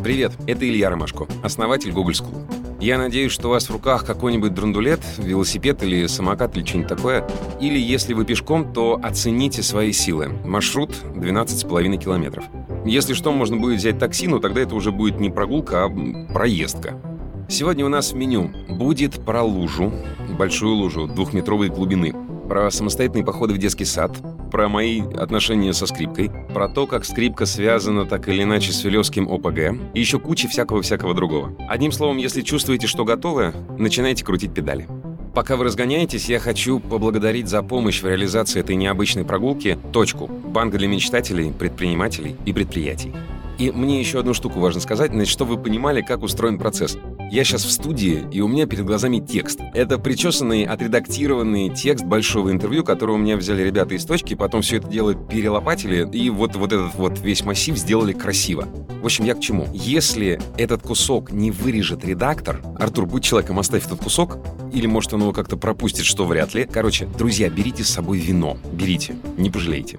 Привет, это Илья Ромашко, основатель Google School. Я надеюсь, что у вас в руках какой-нибудь драндулет, велосипед или самокат или что-нибудь такое. Или если вы пешком, то оцените свои силы. Маршрут 12,5 километров. Если что, можно будет взять такси, но тогда это уже будет не прогулка, а проездка. Сегодня у нас в меню будет про лужу, большую лужу 2-метровой глубины, про самостоятельные походы в детский сад, про мои отношения со скрипкой, про то, как скрипка связана так или иначе с филевским ОПГ, и еще куча всякого другого. Одним словом, если чувствуете, что готовы, начинайте крутить педали. Пока вы разгоняетесь, я хочу поблагодарить за помощь в реализации этой необычной прогулки «Точку» — банк для мечтателей, предпринимателей и предприятий. И мне еще одну штуку важно сказать, значит, чтобы вы понимали, как устроен процесс. Я сейчас в студии, и у меня перед глазами текст. Это причесанный, отредактированный текст большого интервью, который у меня взяли ребята из «Точки», потом все это дело перелопатили, и вот этот вот весь массив сделали красиво. В общем, я к чему? Если этот кусок не вырежет редактор, Артур, будь человеком, оставь этот кусок, или, может, он его как-то пропустит, что вряд ли. Короче, друзья, берите с собой вино. Берите, не пожалеете.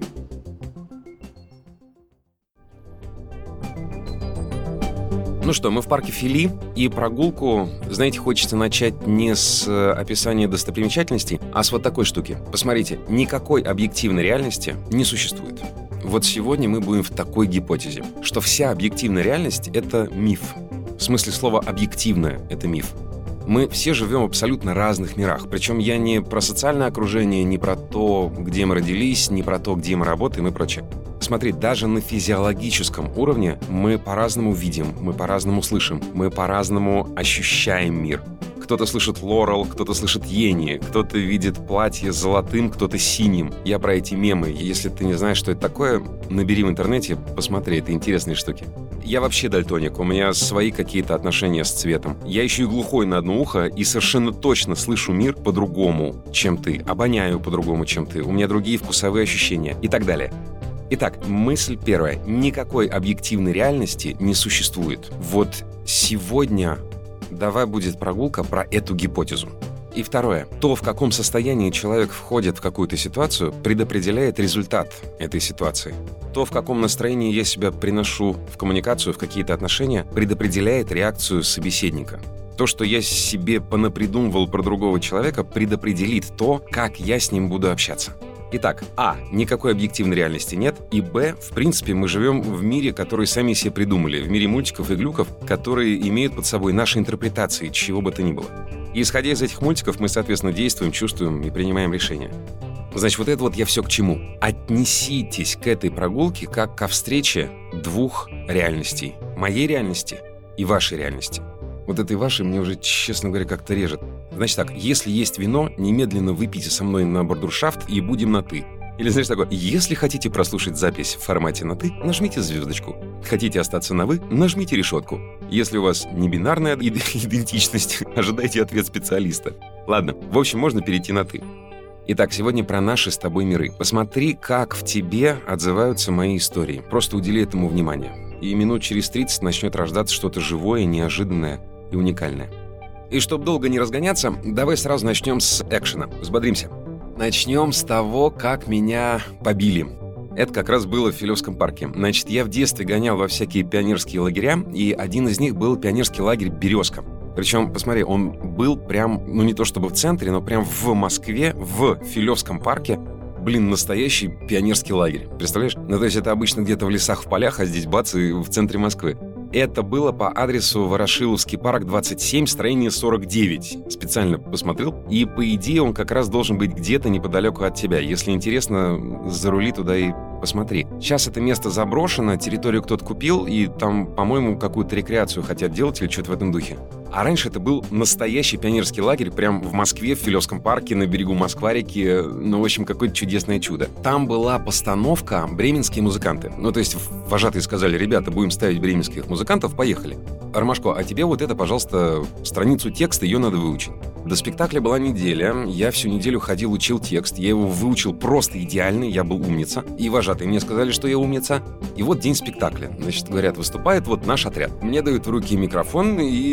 Ну что, мы в парке Фили, и прогулку, знаете, хочется начать не с описания достопримечательностей, а с вот такой штуки. Посмотрите, никакой объективной реальности не существует. Вот сегодня мы будем в такой гипотезе, что вся объективная реальность — это миф. В смысле слова «объективная» — это миф. Мы все живем в абсолютно разных мирах. Причем я не про социальное окружение, не про то, где мы родились, не про то, где мы работаем и прочее. Смотри, даже на физиологическом уровне мы по-разному видим, мы по-разному слышим, мы по-разному ощущаем мир. Кто-то слышит Лорел, кто-то слышит Йенни, кто-то видит платье с золотым, кто-то синим. Я про эти мемы. Если ты не знаешь, что это такое, набери в интернете, посмотри, это интересные штуки. Я вообще дальтоник, у меня свои какие-то отношения с цветом. Я еще и глухой на одно ухо и совершенно точно слышу мир по-другому, чем ты, обоняю по-другому, чем ты, у меня другие вкусовые ощущения и так далее. Итак, мысль первая. Никакой объективной реальности не существует. Вот сегодня давай будет прогулка про эту гипотезу. И второе. То, в каком состоянии человек входит в какую-то ситуацию, предопределяет результат этой ситуации. То, в каком настроении я себя приношу в коммуникацию, в какие-то отношения, предопределяет реакцию собеседника. То, что я себе понапридумывал про другого человека, предопределит то, как я с ним буду общаться. Итак, а. Никакой объективной реальности нет, и б. В принципе, мы живем в мире, который сами себе придумали, в мире мультиков и глюков, которые имеют под собой наши интерпретации, чего бы то ни было. И исходя из этих мультиков, мы, соответственно, действуем, чувствуем и принимаем решения. Значит, вот это вот я все к чему. Отнеситесь к этой прогулке как ко встрече двух реальностей. Моей реальности и вашей реальности. Вот этой вашей мне уже, честно говоря, как-то режет. Значит так, если есть вино, немедленно выпейте со мной на бордуршафт и будем на «ты». Или знаешь такое, если хотите прослушать запись в формате на «ты», нажмите звездочку. Хотите остаться на «вы», нажмите решетку. Если у вас не бинарная идентичность, ожидайте ответ специалиста. Ладно, в общем, можно перейти на «ты». Итак, сегодня про наши с тобой миры. Посмотри, как в тебе отзываются мои истории. Просто удели этому внимание. И минут через 30 начнет рождаться что-то живое, неожиданное и уникальное. И чтобы долго не разгоняться, давай сразу начнем с экшена. Взбодримся. Начнем с того, как меня побили. Это как раз было в Филевском парке. Значит, я в детстве гонял во всякие пионерские лагеря, и один из них был пионерский лагерь «Березка». Причем, посмотри, он был прям, ну не то чтобы в центре, но прям в Москве, в Филевском парке. Блин, настоящий пионерский лагерь. Представляешь? Ну, то есть это обычно где-то в лесах, в полях, а здесь бац, и в центре Москвы. Это было по адресу Ворошиловский парк, 27, строение 49. Специально посмотрел. И, по идее, он как раз должен быть где-то неподалеку от тебя. Если интересно, зарули туда и посмотри. Сейчас это место заброшено, территорию кто-то купил, и там, по-моему, какую-то рекреацию хотят делать или что-то в этом духе. А раньше это был настоящий пионерский лагерь прям в Москве, в Филевском парке, на берегу Москва-реки. Ну, в общем, какое-то чудесное чудо. Там была постановка «Бременские музыканты». Ну, то есть вожатые сказали: ребята, будем ставить бременских музыкантов, поехали. Ромашко, а тебе вот это, пожалуйста, страницу текста, ее надо выучить. До спектакля была неделя, я всю неделю ходил, учил текст, я его выучил просто идеально, я был умница. И вожатые мне сказали, что я умница. И вот день спектакля. Значит, говорят, выступает вот наш отряд. Мне дают в руки микрофон, и я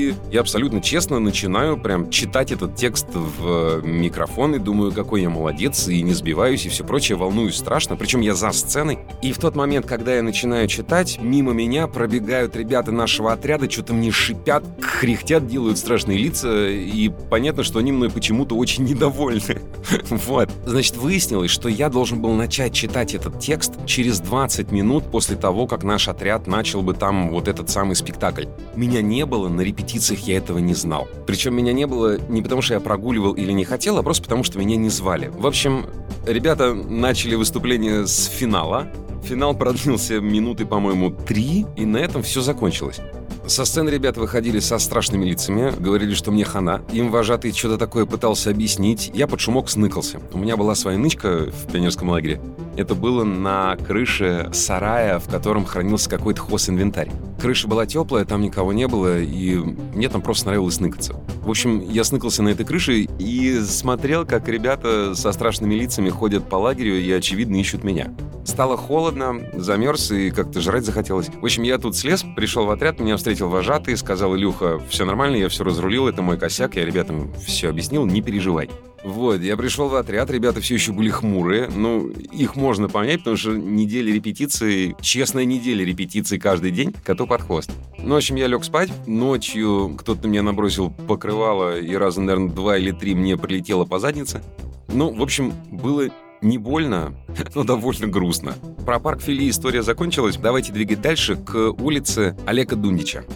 абсолютно честно начинаю прям читать этот текст в микрофон и думаю, какой я молодец, и не сбиваюсь, и все прочее, волнуюсь страшно, причем я за сценой. И в тот момент, когда я начинаю читать, мимо меня пробегают ребята нашего отряда, что-то мне шипят, кряхтят, делают страшные лица, и понятно, что они мной почему-то очень недовольны. Вот. Значит, выяснилось, что я должен был начать читать этот текст через 20 минут после того, как наш отряд начал бы там вот этот самый спектакль. Меня не было, на репетициях я этого не знал. Причем меня не было не потому, что я прогуливал или не хотел, а просто потому, что меня не звали. В общем, ребята начали выступление с финала. Финал продлился минуты, по-моему, 3, и на этом все закончилось. Со сцены ребята выходили со страшными лицами, говорили, что мне хана. Им вожатый что-то такое пытался объяснить. Я под шумок сныкался. У меня была своя нычка в пионерском лагере. Это было на крыше сарая, в котором хранился какой-то хозинвентарь. Крыша была теплая, там никого не было, и мне там просто нравилось сныкаться. В общем, я сныкался на этой крыше и смотрел, как ребята со страшными лицами ходят по лагерю и, очевидно, ищут меня. Стало холодно, замерз и как-то жрать захотелось. В общем, я тут слез, пришел в отряд, меня встретил вожатый, сказал: Илюха, все нормально, я все разрулил, это мой косяк, я ребятам все объяснил, не переживай. Вот, я пришел в отряд, ребята все еще были хмурые. Ну, их можно понять, потому что неделя репетиций, честная неделя репетиций каждый день, коту под хвост. Ну, в общем, я лег спать. Ночью кто-то на меня набросил покрывало, и раза, наверное, 2 или 3 мне прилетело по заднице. Ну, в общем, было не больно, но довольно грустно. Про парк Фили история закончилась. Давайте двигать дальше к улице Олега Дундича.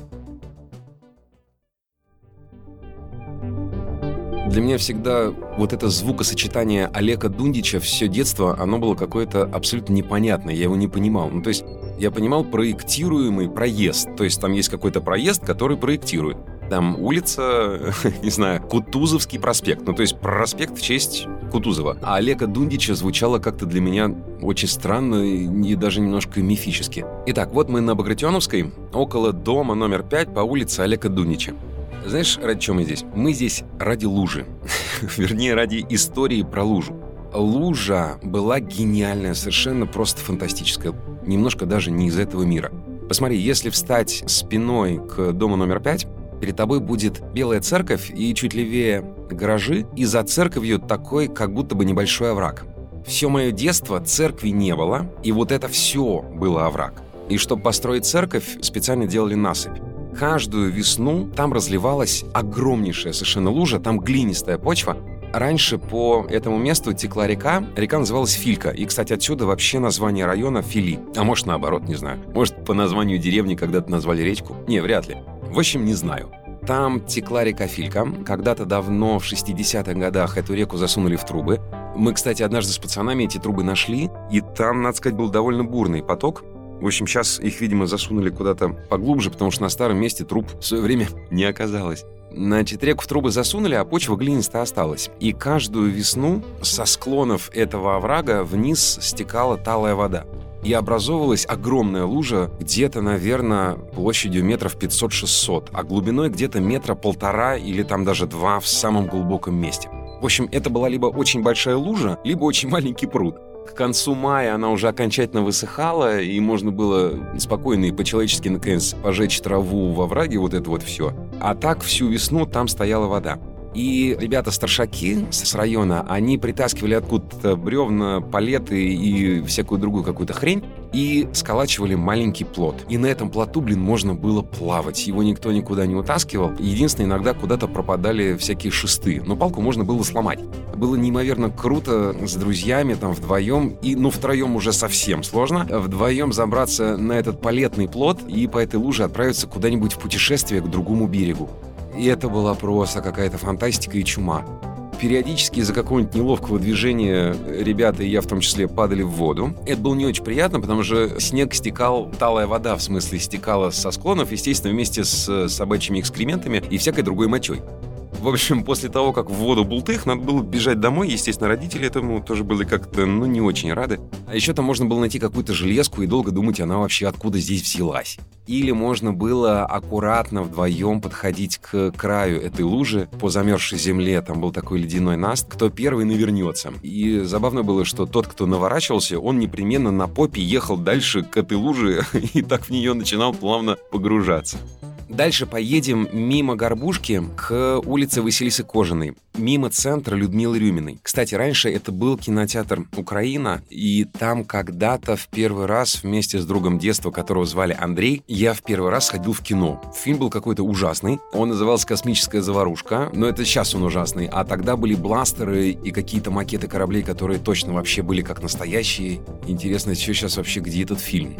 Для меня всегда вот это звукосочетание Олега Дундича все детство, оно было какое-то абсолютно непонятное, я его не понимал. Ну, то есть я понимал проектируемый проезд, то есть там есть какой-то проезд, который проектирует. Там улица, не знаю, Кутузовский проспект, ну то есть проспект в честь Кутузова. А Олега Дундича звучало как-то для меня очень странно и даже немножко мифически. Итак, вот мы на Багратионовской, около дома номер 5 по улице Олега Дундича. Знаешь, ради чего мы здесь? Мы здесь ради лужи. Вернее, ради истории про лужу. Лужа была гениальная, совершенно просто фантастическая. Немножко даже не из этого мира. Посмотри, если встать спиной к дому номер 5, перед тобой будет белая церковь и чуть левее гаражи, и за церковью такой, как будто бы небольшой овраг. Все мое детство церкви не было, и вот это все было овраг. И чтобы построить церковь, специально делали насыпь. Каждую весну там разливалась огромнейшая совершенно лужа, там глинистая почва. Раньше по этому месту текла река называлась Филька. И, кстати, отсюда вообще название района Фили. А может, наоборот, не знаю. Может, по названию деревни когда-то назвали речку? Не, вряд ли. В общем, не знаю. Там текла река Филька. Когда-то давно, в 60-х годах, эту реку засунули в трубы. Мы, кстати, однажды с пацанами эти трубы нашли, и там, надо сказать, был довольно бурный поток. В общем, сейчас их, видимо, засунули куда-то поглубже, потому что на старом месте труб в свое время не оказалось. Значит, реку в трубы засунули, а почва глинистая осталась. И каждую весну со склонов этого оврага вниз стекала талая вода. И образовывалась огромная лужа, где-то, наверное, площадью метров 500-600, а глубиной где-то 1,5 метра или там даже 2 в самом глубоком месте. В общем, это была либо очень большая лужа, либо очень маленький пруд. К концу мая она уже окончательно высыхала, и можно было спокойно и по-человечески, наконец, пожечь траву во враге, вот это вот все. А так всю весну там стояла вода. И ребята-старшаки с района, они притаскивали откуда-то бревна, палеты и всякую другую какую-то хрень и сколачивали маленький плот. И на этом плоту, можно было плавать. Его никто никуда не утаскивал. Единственное, иногда куда-то пропадали всякие шесты. Но палку можно было сломать. Было неимоверно круто с друзьями там вдвоем. И, втроем уже совсем сложно. Вдвоем забраться на этот палетный плот и по этой луже отправиться куда-нибудь в путешествие к другому берегу. И это была просто какая-то фантастика и чума. Периодически из-за какого-нибудь неловкого движения ребята, и я в том числе, падали в воду. Это было не очень приятно, потому что снег стекал, талая вода, в смысле, стекала со склонов, естественно, вместе с собачьими экскрементами и всякой другой мочой. В общем, после того, как в воду бултых, надо было бежать домой. Естественно, родители этому тоже были как-то, не очень рады. А еще там можно было найти какую-то железку и долго думать, она вообще откуда здесь взялась. Или можно было аккуратно вдвоем подходить к краю этой лужи по замерзшей земле. Там был такой ледяной наст. Кто первый навернется. И забавно было, что тот, кто наворачивался, он непременно на попе ехал дальше к этой луже и так в нее начинал плавно погружаться. Дальше поедем мимо Горбушки к улице Василисы Кожаной, мимо центра Людмилы Рюминой. Кстати, раньше это был кинотеатр «Украина», и там когда-то в первый раз вместе с другом детства, которого звали Андрей, я в первый раз ходил в кино. Фильм был какой-то ужасный. Он назывался «Космическая заварушка», но это сейчас он ужасный. А тогда были бластеры и какие-то макеты кораблей, которые точно вообще были как настоящие. Интересно, что сейчас вообще, где этот фильм?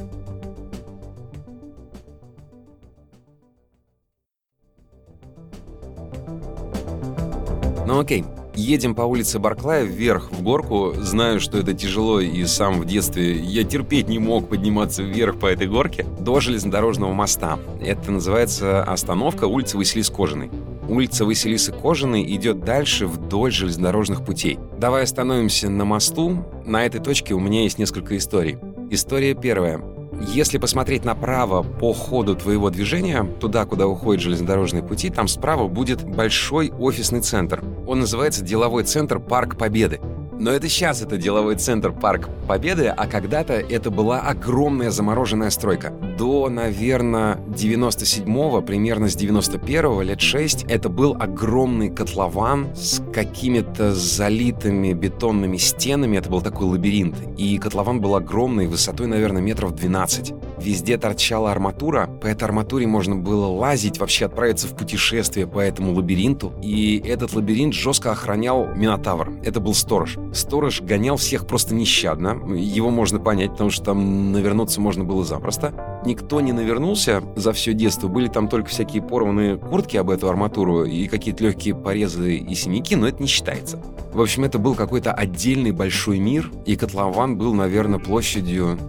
Ну окей, едем по улице Барклая вверх в горку. Знаю, что это тяжело, и сам в детстве я терпеть не мог подниматься вверх по этой горке до железнодорожного моста. Это называется остановка улицы Василисы Кожаной. Улица Василисы Кожаной идет дальше вдоль железнодорожных путей. Давай остановимся на мосту. На этой точке у меня есть несколько историй. История первая. Если посмотреть направо по ходу твоего движения, туда, куда уходят железнодорожные пути, там справа будет большой офисный центр. Он называется деловой центр «Парк Победы». Но это сейчас это деловой центр «Парк Победы», а когда-то это была огромная замороженная стройка. До, наверное, 97-го, примерно с 91-го, лет 6, это был огромный котлован с какими-то залитыми бетонными стенами. Это был такой лабиринт. И котлован был огромный, высотой, наверное, метров 12. Везде торчала арматура. По этой арматуре можно было лазить, вообще отправиться в путешествие по этому лабиринту. И этот лабиринт жестко охранял Минотавр. Это был сторож. Сторож гонял всех просто нещадно. Его можно понять, потому что там навернуться можно было запросто. Никто не навернулся за все детство. Были там только всякие порванные куртки об эту арматуру и какие-то легкие порезы и синяки, но это не считается. В общем, это был какой-то отдельный большой мир, и котлован был, наверное, площадью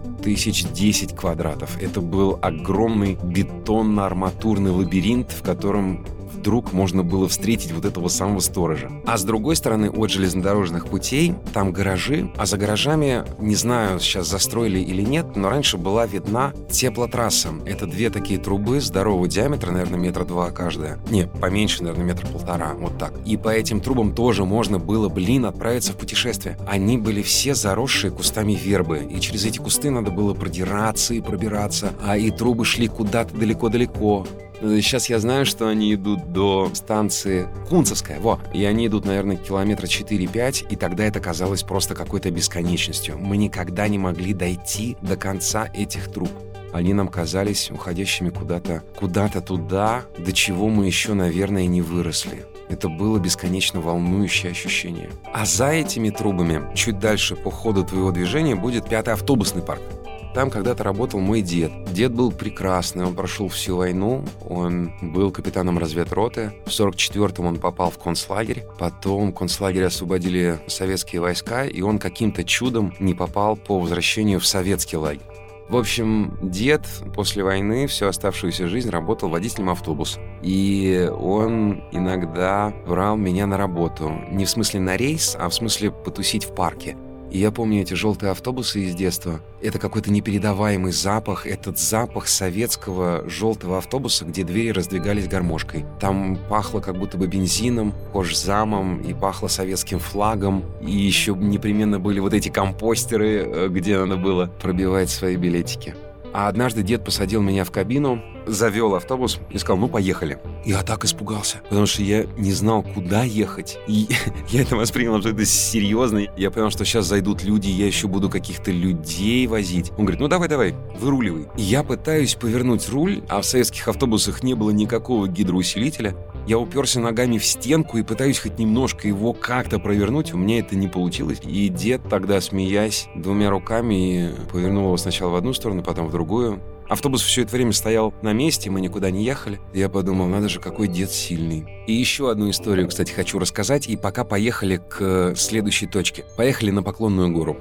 1010 квадратов. Это был огромный бетонно-арматурный лабиринт, в котором вдруг можно было встретить вот этого самого сторожа. А с другой стороны, от железнодорожных путей, там гаражи, а за гаражами, не знаю, сейчас застроили или нет, но раньше была видна теплотрасса. Это две такие трубы здорового диаметра, наверное, 2 метра каждая. Не, поменьше, наверное, 1,5 метра, вот так. И по этим трубам тоже можно было, отправиться в путешествие. Они были все заросшие кустами вербы, и через эти кусты надо было продираться и пробираться, а и трубы шли куда-то далеко-далеко. Сейчас я знаю, что они идут до станции Кунцевская, и они идут, наверное, километра 4-5, и тогда это казалось просто какой-то бесконечностью. Мы никогда не могли дойти до конца этих труб. Они нам казались уходящими куда-то туда, до чего мы еще, наверное, не выросли. Это было бесконечно волнующее ощущение. А за этими трубами, чуть дальше по ходу твоего движения, будет 5-й автобусный парк. Там когда-то работал мой дед. Дед был прекрасный, он прошел всю войну, он был капитаном разведроты. В 44-м он попал в концлагерь, потом концлагерь освободили советские войска, и он каким-то чудом не попал по возвращению в советский лагерь. В общем, дед после войны всю оставшуюся жизнь работал водителем автобуса. И он иногда брал меня на работу. Не в смысле на рейс, а в смысле потусить в парке. И я помню эти желтые автобусы из детства. Это какой-то непередаваемый запах. Этот запах советского желтого автобуса, где двери раздвигались гармошкой. Там пахло как будто бы бензином, кожзамом, и пахло советским флагом. И еще непременно были вот эти компостеры, где надо было пробивать свои билетики. А однажды дед посадил меня в кабину, завел автобус и сказал: поехали. Я так испугался, потому что я не знал, куда ехать. И я это воспринял, что это серьезно. Я понял, что сейчас зайдут люди, я еще буду каких-то людей возить. Он говорит: давай, выруливай. И я пытаюсь повернуть руль, а в советских автобусах не было никакого гидроусилителя. Я уперся ногами в стенку и пытаюсь хоть немножко его как-то провернуть. У меня это не получилось. И дед тогда, смеясь, 2 руками повернул его сначала в одну сторону, потом в другую. Автобус все это время стоял на месте, мы никуда не ехали. Я подумал, надо же, какой дед сильный. И еще одну историю, кстати, хочу рассказать. И пока поехали к следующей точке. Поехали на Поклонную гору.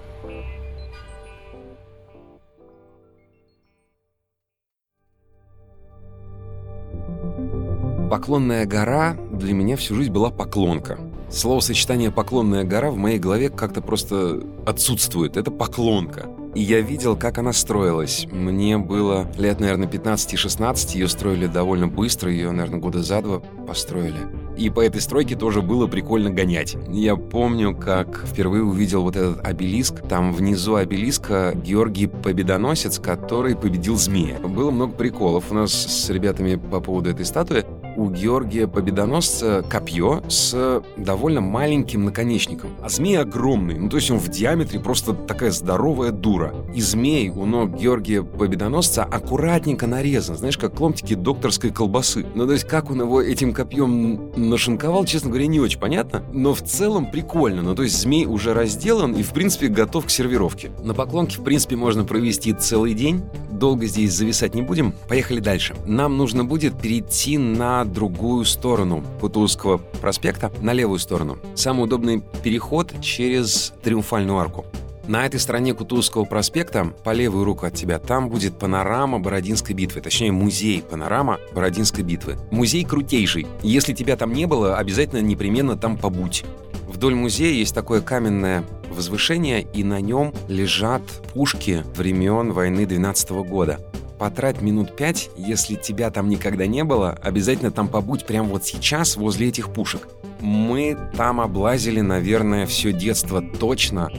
Поклонная гора для меня всю жизнь была поклонка. Словосочетание «Поклонная гора» в моей голове как-то просто отсутствует. Это поклонка. И я видел, как она строилась. Мне было лет, наверное, 15-16. Ее строили довольно быстро. Ее, наверное, года за 2 построили. и по этой стройке тоже было прикольно гонять. Я помню, как впервые увидел вот этот обелиск. Там внизу обелиска Георгий Победоносец, который победил змея. Было много приколов у нас с ребятами по поводу этой статуи. У Георгия Победоносца копье с довольно маленьким наконечником, а змей огромный, то есть он в диаметре просто такая здоровая дура. И змей у ног Георгия Победоносца аккуратненько нарезан, знаешь, как ломтики докторской колбасы. То есть как он его этим копьем нашинковал, честно говоря, не очень понятно, но в целом прикольно. То есть змей уже разделан и, в принципе, готов к сервировке. На Поклонке, в принципе, можно провести целый день. Долго здесь зависать не будем. Поехали дальше. Нам нужно будет перейти на другую сторону Кутузовского проспекта, на левую сторону. Самый удобный переход через Триумфальную арку. На этой стороне Кутузовского проспекта, по левую руку от тебя, там будет панорама Бородинской битвы. Точнее, музей панорама Бородинской битвы. Музей крутейший. Если тебя там не было, обязательно непременно там побудь. Вдоль музея есть такое каменное возвышение, и на нем лежат пушки времен войны 12 года. Потрать минут 5, если тебя там никогда не было, обязательно там побудь прямо вот сейчас возле этих пушек. Мы там облазили, наверное, все детство точно,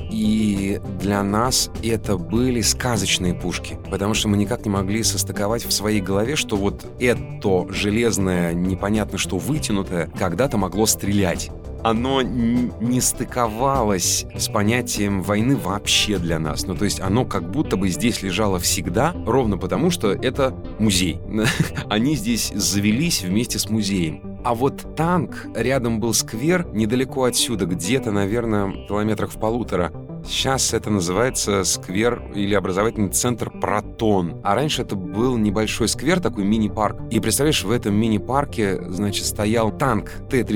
и для нас это были сказочные пушки, потому что мы никак не могли состыковать в своей голове, что вот это железное, непонятно что вытянутое, когда-то могло стрелять. Оно не стыковалось с понятием войны вообще для нас. То есть оно как будто бы здесь лежало всегда, ровно потому, что это музей. Они здесь завелись вместе с музеем. А вот танк, рядом был сквер, недалеко отсюда, где-то, наверное, километрах в 1,5. Сейчас это называется сквер или образовательный центр «Протон». А раньше это был небольшой сквер, такой мини-парк. И представляешь, в этом мини-парке, значит, стоял танк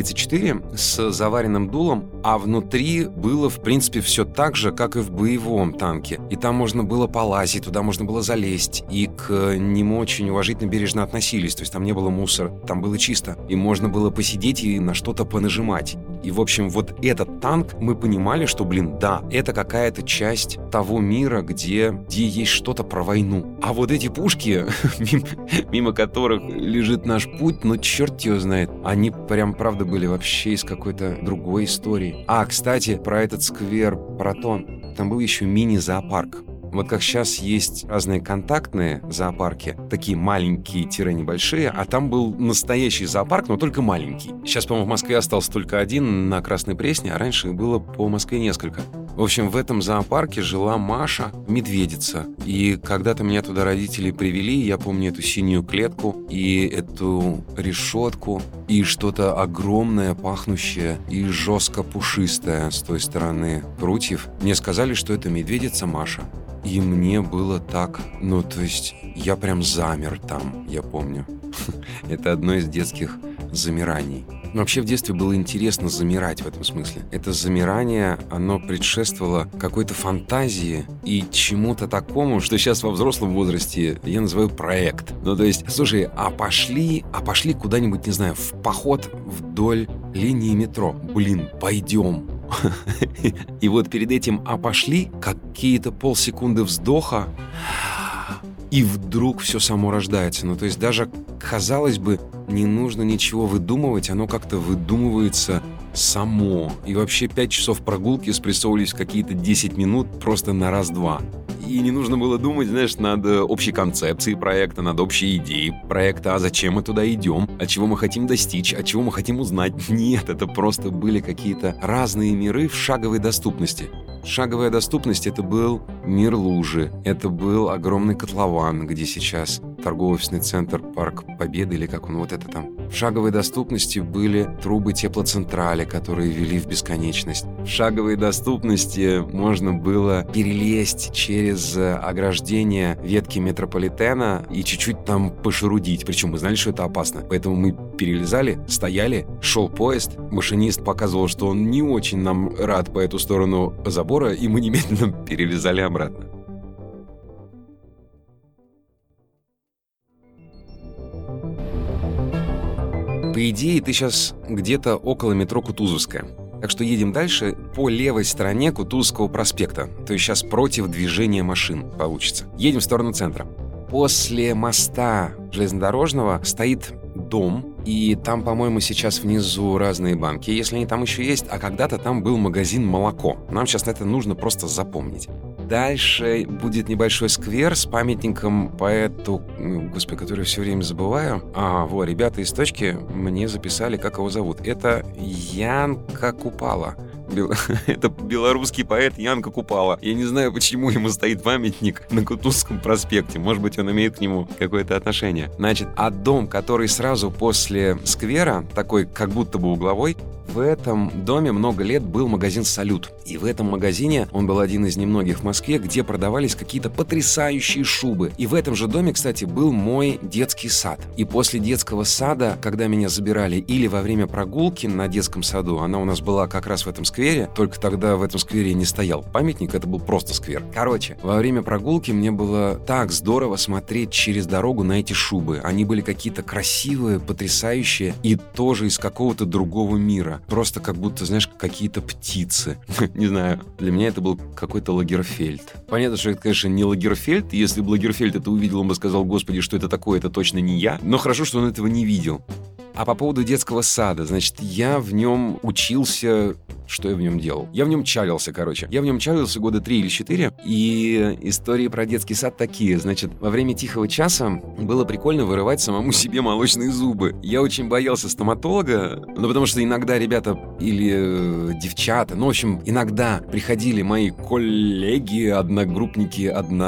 Т-34 с заваренным дулом, а внутри было, в принципе, все так же, как и в боевом танке. И там можно было полазить, туда можно было залезть. И к нему очень уважительно, бережно относились. То есть там не было мусора, там было чисто. И можно было посидеть и на что-то понажимать. И, в общем, вот этот танк, мы понимали, что, да, это какая-то часть того мира, где есть что-то про войну. А вот эти пушки, мимо которых лежит наш путь, черт его знает, они прям, правда, были вообще из какой-то другой истории. А, кстати, про этот сквер Протон. Там был еще мини-зоопарк. Вот как сейчас есть разные контактные зоопарки, такие маленькие-небольшие, а там был настоящий зоопарк, но только маленький. Сейчас, по-моему, в Москве остался только один на Красной Пресне, а раньше было по Москве несколько. В общем, в этом зоопарке жила Маша, медведица. И когда-то меня туда родители привели, я помню эту синюю клетку и эту решетку, и что-то огромное, пахнущее и жестко пушистое с той стороны прутьев. Мне сказали, что это медведица Маша. И мне было так, то есть я прям замер там, я помню. Это одно из детских замираний. Вообще в детстве было интересно замирать в этом смысле. Это замирание, оно предшествовало какой-то фантазии и чему-то такому, что сейчас во взрослом возрасте я называю проект. То есть, слушай, а пошли куда-нибудь, не знаю, в поход вдоль линии метро. Пойдем. И вот перед этим пошли какие-то полсекунды вздоха, и вдруг все само рождается. То есть даже, казалось бы, не нужно ничего выдумывать, оно как-то выдумывается само. И вообще 5 часов прогулки спрессовывались в какие-то 10 минут просто на раз-два. И не нужно было думать, знаешь, над общей концепцией проекта, над общей идеей проекта, а зачем мы туда идем, от чего мы хотим достичь, от чего мы хотим узнать. Нет, это просто были какие-то разные миры в шаговой доступности. Шаговая доступность — это был мир Лужи, это был огромный котлован, где сейчас торгово-офисный центр Парк Победы, или как он, вот это там. В шаговой доступности были трубы теплоцентрали, которые вели в бесконечность. В шаговой доступности можно было перелезть через ограждение ветки метрополитена и чуть-чуть там пошерудить. Причем мы знали, что это опасно. Поэтому мы перелезали, стояли, шел поезд. Машинист показывал, что он не очень нам рад по эту сторону забора, и мы немедленно перелезали обратно. По идее, ты сейчас где-то около метро Кутузовская. Так что едем дальше по левой стороне Кутузовского проспекта. То есть сейчас против движения машин получится. Едем в сторону центра. После моста железнодорожного стоит дом, И там, по-моему, сейчас внизу разные банки, если они там еще есть. А когда-то там был магазин «Молоко». Нам сейчас это нужно просто запомнить. Дальше будет небольшой сквер с памятником поэту, господи, который я все время забываю. Ребята из «Точки» мне записали, как его зовут. Это Янка Купала. Это белорусский поэт Янка Купала. Я не знаю, почему ему стоит памятник на Кутузовском проспекте. Может быть, он имеет к нему какое-то отношение. Значит, а дом, который сразу после сквера, такой как будто бы угловой, в этом доме много лет был магазин «Салют». И в этом магазине, он был один из немногих в Москве, где продавались какие-то потрясающие шубы. И в этом же доме, кстати, был мой детский сад. И после детского сада, когда меня забирали или во время прогулки на детском саду, она у нас была как раз в этом сквере, только тогда в этом сквере не стоял памятник, это был просто сквер. Короче, во время прогулки мне было так здорово смотреть через дорогу на эти шубы. Они были какие-то красивые, потрясающие и тоже из какого-то другого мира. Просто как будто, знаешь, какие-то птицы. Не знаю, для меня это был какой-то Лагерфельд. Понятно, что это, конечно, не Лагерфельд. Если бы Лагерфельд это увидел, он бы сказал: «Господи, что это такое? Это точно не я». Но хорошо, что он этого не видел. А по поводу детского сада, значит, я в нем учился... Что я в нем делал? Я в нем чалился, короче. Я в нем чалился года 3 или 4. И истории про детский сад такие. Значит, во время тихого часа было прикольно вырывать самому себе молочные зубы. Я очень боялся стоматолога, потому что иногда ребята или девчата, в общем, иногда приходили мои коллеги, одногруппники,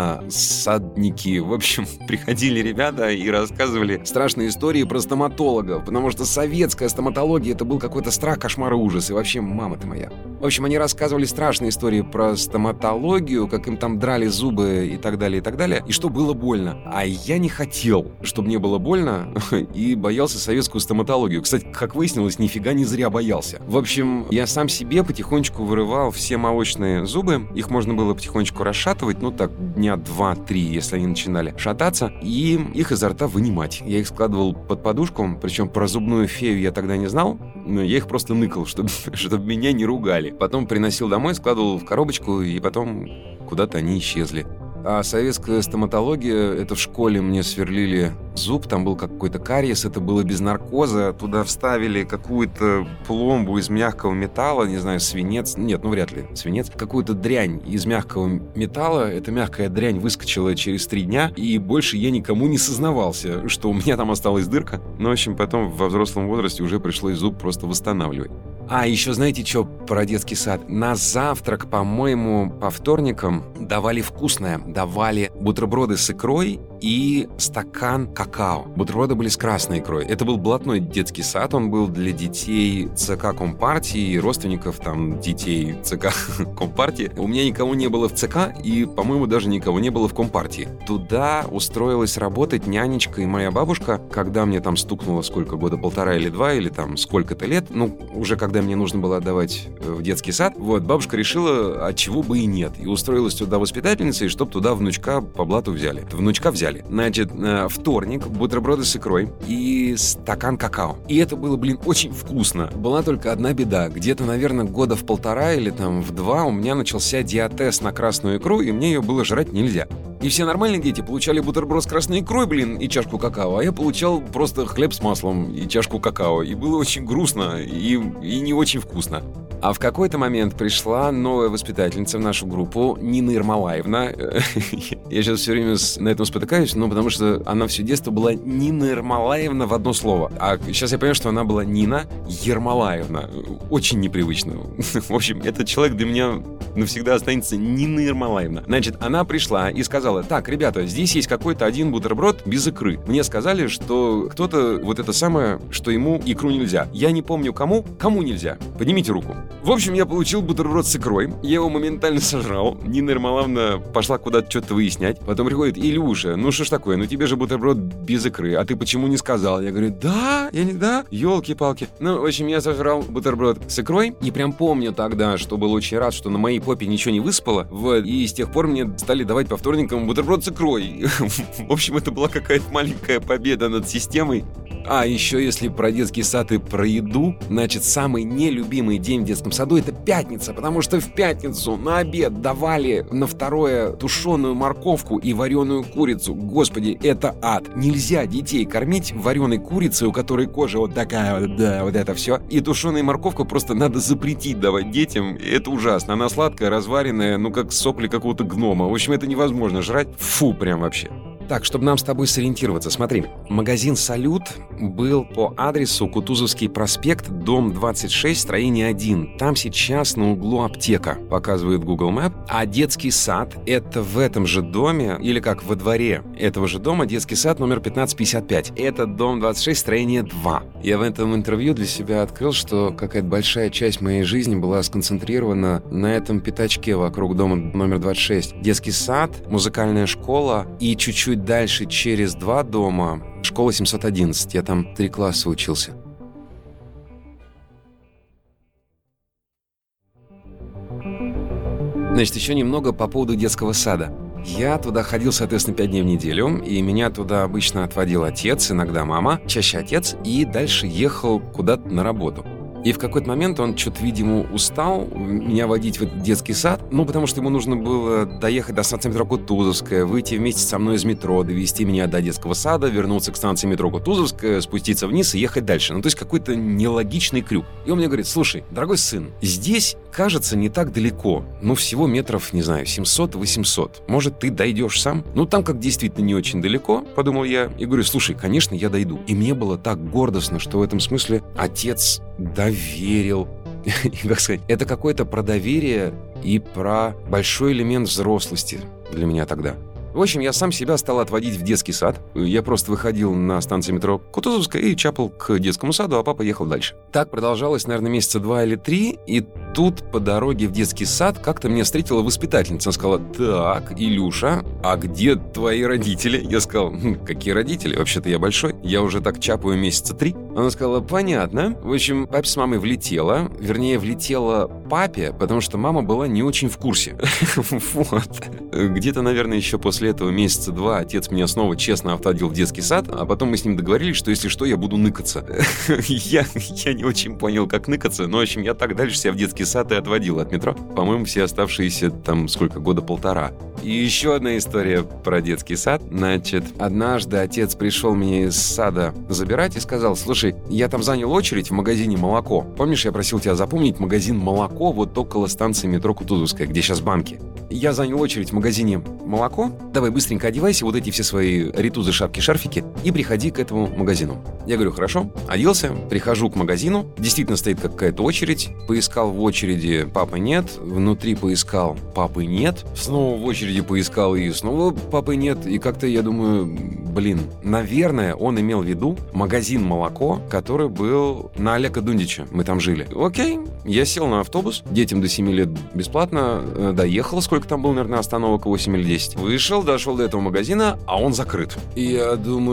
односадники. В общем, приходили ребята и рассказывали страшные истории про стоматологов, потому что советская стоматология — это был какой-то страх, кошмар и ужас. И вообще, мама ты моя. В общем, они рассказывали страшные истории про стоматологию, как им там драли зубы и так далее, и что было больно. А я не хотел, чтобы мне было больно, и боялся советскую стоматологию. Кстати, как выяснилось, нифига не зря боялся. В общем, я сам себе потихонечку вырывал все молочные зубы. Их можно было потихонечку расшатывать, дня 2-3, если они начинали шататься, и их изо рта вынимать. Я их складывал под подушку, причем про зубную фею я тогда не знал, но я их просто ныкал, чтобы меня не ругали. Потом приносил домой, складывал в коробочку, и потом куда-то они исчезли. А советская стоматология, это в школе мне сверлили зуб, там был какой-то кариес, это было без наркоза, туда вставили какую-то пломбу из мягкого металла, не знаю, свинец, нет, вряд ли свинец, какую-то дрянь из мягкого металла, эта мягкая дрянь выскочила через 3 дня, и больше я никому не сознавался, что у меня там осталась дырка. В общем, потом во взрослом возрасте уже пришлось зуб просто восстанавливать. А еще знаете, что про детский сад? На завтрак, по-моему, по вторникам давали вкусное. Давали бутерброды с икрой и стакан какао. Бутерброды были с красной икрой. Это был блатной детский сад. Он был для детей ЦК Компартии и родственников детей ЦК Компартии. У меня никого не было в ЦК и, по-моему, даже никого не было в Компартии. Туда устроилась работать нянечка и моя бабушка, когда мне там стукнуло сколько, года 1,5 или 2, или там сколько-то лет, уже когда мне нужно было отдавать в детский сад, бабушка решила, от чего бы и нет, и устроилась туда воспитательницей, чтобы туда внучка по блату взяли. Внучка взяли. Значит, вторник, бутерброды с икрой и стакан какао. И это было, очень вкусно. Была только одна беда. Где-то, наверное, года в 1,5 или в 2 у меня начался диатез на красную икру, и мне ее было жрать нельзя. И все нормальные дети получали бутерброд с красной икрой, и чашку какао, а я получал просто хлеб с маслом и чашку какао. И было очень грустно и не очень вкусно. А в какой-то момент пришла новая воспитательница в нашу группу, Нина Ермолаевна. Я сейчас все время на этом спотыкаюсь, потому что она все детство была Нина Ермолаевна в одно слово. А сейчас я понимаю, что она была Нина Ермолаевна. Очень непривычно. В общем, этот человек для меня навсегда останется Нина Ермолаевна. Значит, она пришла и сказала: так, ребята, здесь есть какой-то один бутерброд без икры. Мне сказали, что кто-то это самое, что ему икру нельзя. Я не помню кому нельзя. Поднимите руку. В общем, я получил бутерброд с икрой. Я его моментально сожрал. Нина Ермолаевна пошла куда-то что-то выяснять. Потом приходит: Илюша, что ж такое? Тебе же бутерброд без икры. А ты почему не сказал? Я говорю: да, елки-палки. В общем, я сожрал бутерброд с икрой. И прям помню тогда, что был очень рад, что на моей попе ничего не высыпало. И с тех пор мне стали давать по вторникам бутерброд с икрой. В общем, это была какая-то маленькая победа над системой. А еще если про детский сад и про еду, значит, самый нелюбимый день в детском саду — это пятница, потому что в пятницу на обед давали на второе тушеную морковку и вареную курицу. Господи, это ад. Нельзя детей кормить вареной курицей, у которой кожа вот такая вот, да, вот это все. И тушеную морковку просто надо запретить давать детям. Это ужасно. Она сладкая, разваренная, ну как сопли какого-то гнома. В общем, это невозможно жрать. Фу, прям вообще. Так, чтобы нам с тобой сориентироваться, смотри. Магазин «Салют» был по адресу Кутузовский проспект, дом 26, строение 1. Там сейчас на углу аптека, показывает Google Map. А детский сад — это в этом же доме, или как во дворе этого же дома, детский сад номер 1555. Это дом 26, строение 2. Я в этом интервью для себя открыл, что какая-то большая часть моей жизни была сконцентрирована на этом пятачке вокруг дома номер 26. Детский сад, музыкальная школа и чуть-чуть дальше, через 2 дома, школа 711. Я там 3 класса учился. Значит, еще немного по поводу детского сада. Я туда ходил, соответственно, 5 дней в неделю, и меня туда обычно отводил отец, иногда мама, чаще отец, и дальше ехал куда-то на работу. И в какой-то момент он что-то, видимо, устал меня водить в этот детский сад, потому что ему нужно было доехать до станции метро Кутузовская, выйти вместе со мной из метро, довести меня до детского сада, вернуться к станции метро Кутузовская, спуститься вниз и ехать дальше. То есть какой-то нелогичный крюк. И он мне говорит: слушай, дорогой сын, здесь, кажется, не так далеко, всего метров, не знаю, 700-800. Может, ты дойдешь сам? Там как действительно не очень далеко, подумал я, и говорю: слушай, конечно, я дойду. И мне было так гордостно, что в этом смысле отец доверил. Как сказать, это какое-то про доверие и про большой элемент взрослости для меня тогда. В общем, я сам себя стал отводить в детский сад. Я просто выходил на станции метро Кутузовская и чапал к детскому саду, а папа ехал дальше. Так продолжалось, наверное, месяца 2 или 3, и тут по дороге в детский сад как-то меня встретила воспитательница. Она сказала: так, Илюша, а где твои родители? Я сказал: какие родители? Вообще-то я большой, я уже так чапаю месяца 3. Она сказала: понятно. В общем, папе с мамой влетела папе, потому что мама была не очень в курсе. Вот. Где-то, наверное, еще после этого месяца 2 отец меня снова честно отводил в детский сад, а потом мы с ним договорились, что если что, я буду ныкаться. Я не очень понял, как ныкаться, но, в общем, я так дальше себя в детский сад и отводил от метро. По-моему, все оставшиеся там года 1,5. И еще одна история про детский сад. Значит, однажды отец пришел меня из сада забирать и сказал: слушай, я там занял очередь в магазине «Молоко». Помнишь, я просил тебя запомнить магазин «Молоко» вот около станции метро Кутузовская, где сейчас банки? Я занял очередь в магазине «Молоко». Давай быстренько одевайся, вот эти все свои ритузы, шапки, шарфики, и приходи к этому магазину. Я говорю: хорошо. Оделся, прихожу к магазину. Действительно стоит какая-то очередь. Поискал в очереди, папы нет. Внутри поискал, папы нет. Снова в очереди поискал, и снова папы нет. И как-то я думаю, наверное, он имел в виду магазин «Молоко», который был на Олега Дундича. Мы там жили. Окей. Я сел на автобус. Детям до 7 лет бесплатно. Доехал, сколько там было, наверное, остановок, 8 или 10. Вышел, дошел до этого магазина, а он закрыт. И я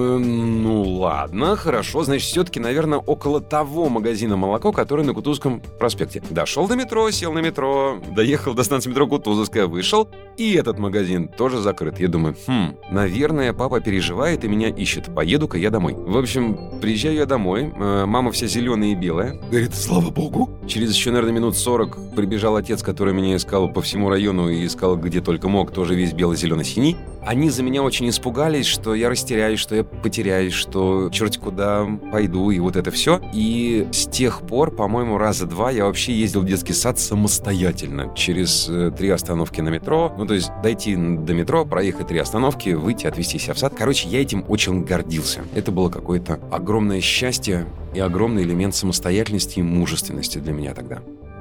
думаю, ладно, хорошо. Значит, все-таки, наверное, около того магазина «Молоко», который на Кутузовском проспекте. Дошел до метро, сел на метро, доехал до станции метро Кутузовская, вышел, и этот магазин тоже закрыт. Я думаю, наверное, папа переживает и меня ищет. Поеду-ка я домой. В общем, приезжаю я домой. Мама вся зеленая и белая. Говорит: слава богу. Через еще, наверное, минут 40 прибежал отец, который меня искал по всему району и искал где только мог, тоже весь бело-зелено-синий. Они за меня очень испугались, что я растеряюсь, что я потеряюсь, что черти куда пойду, и вот это все. И с тех пор, по-моему, раза 2 я вообще ездил в детский сад самостоятельно. Через 3 остановки на метро. То есть дойти до метро, проехать 3 остановки, выйти, отвезти себя в сад. Короче, я этим очень гордился. Это было какое-то огромное счастье и огромный элемент самостоятельности и мужественности для меня тогда.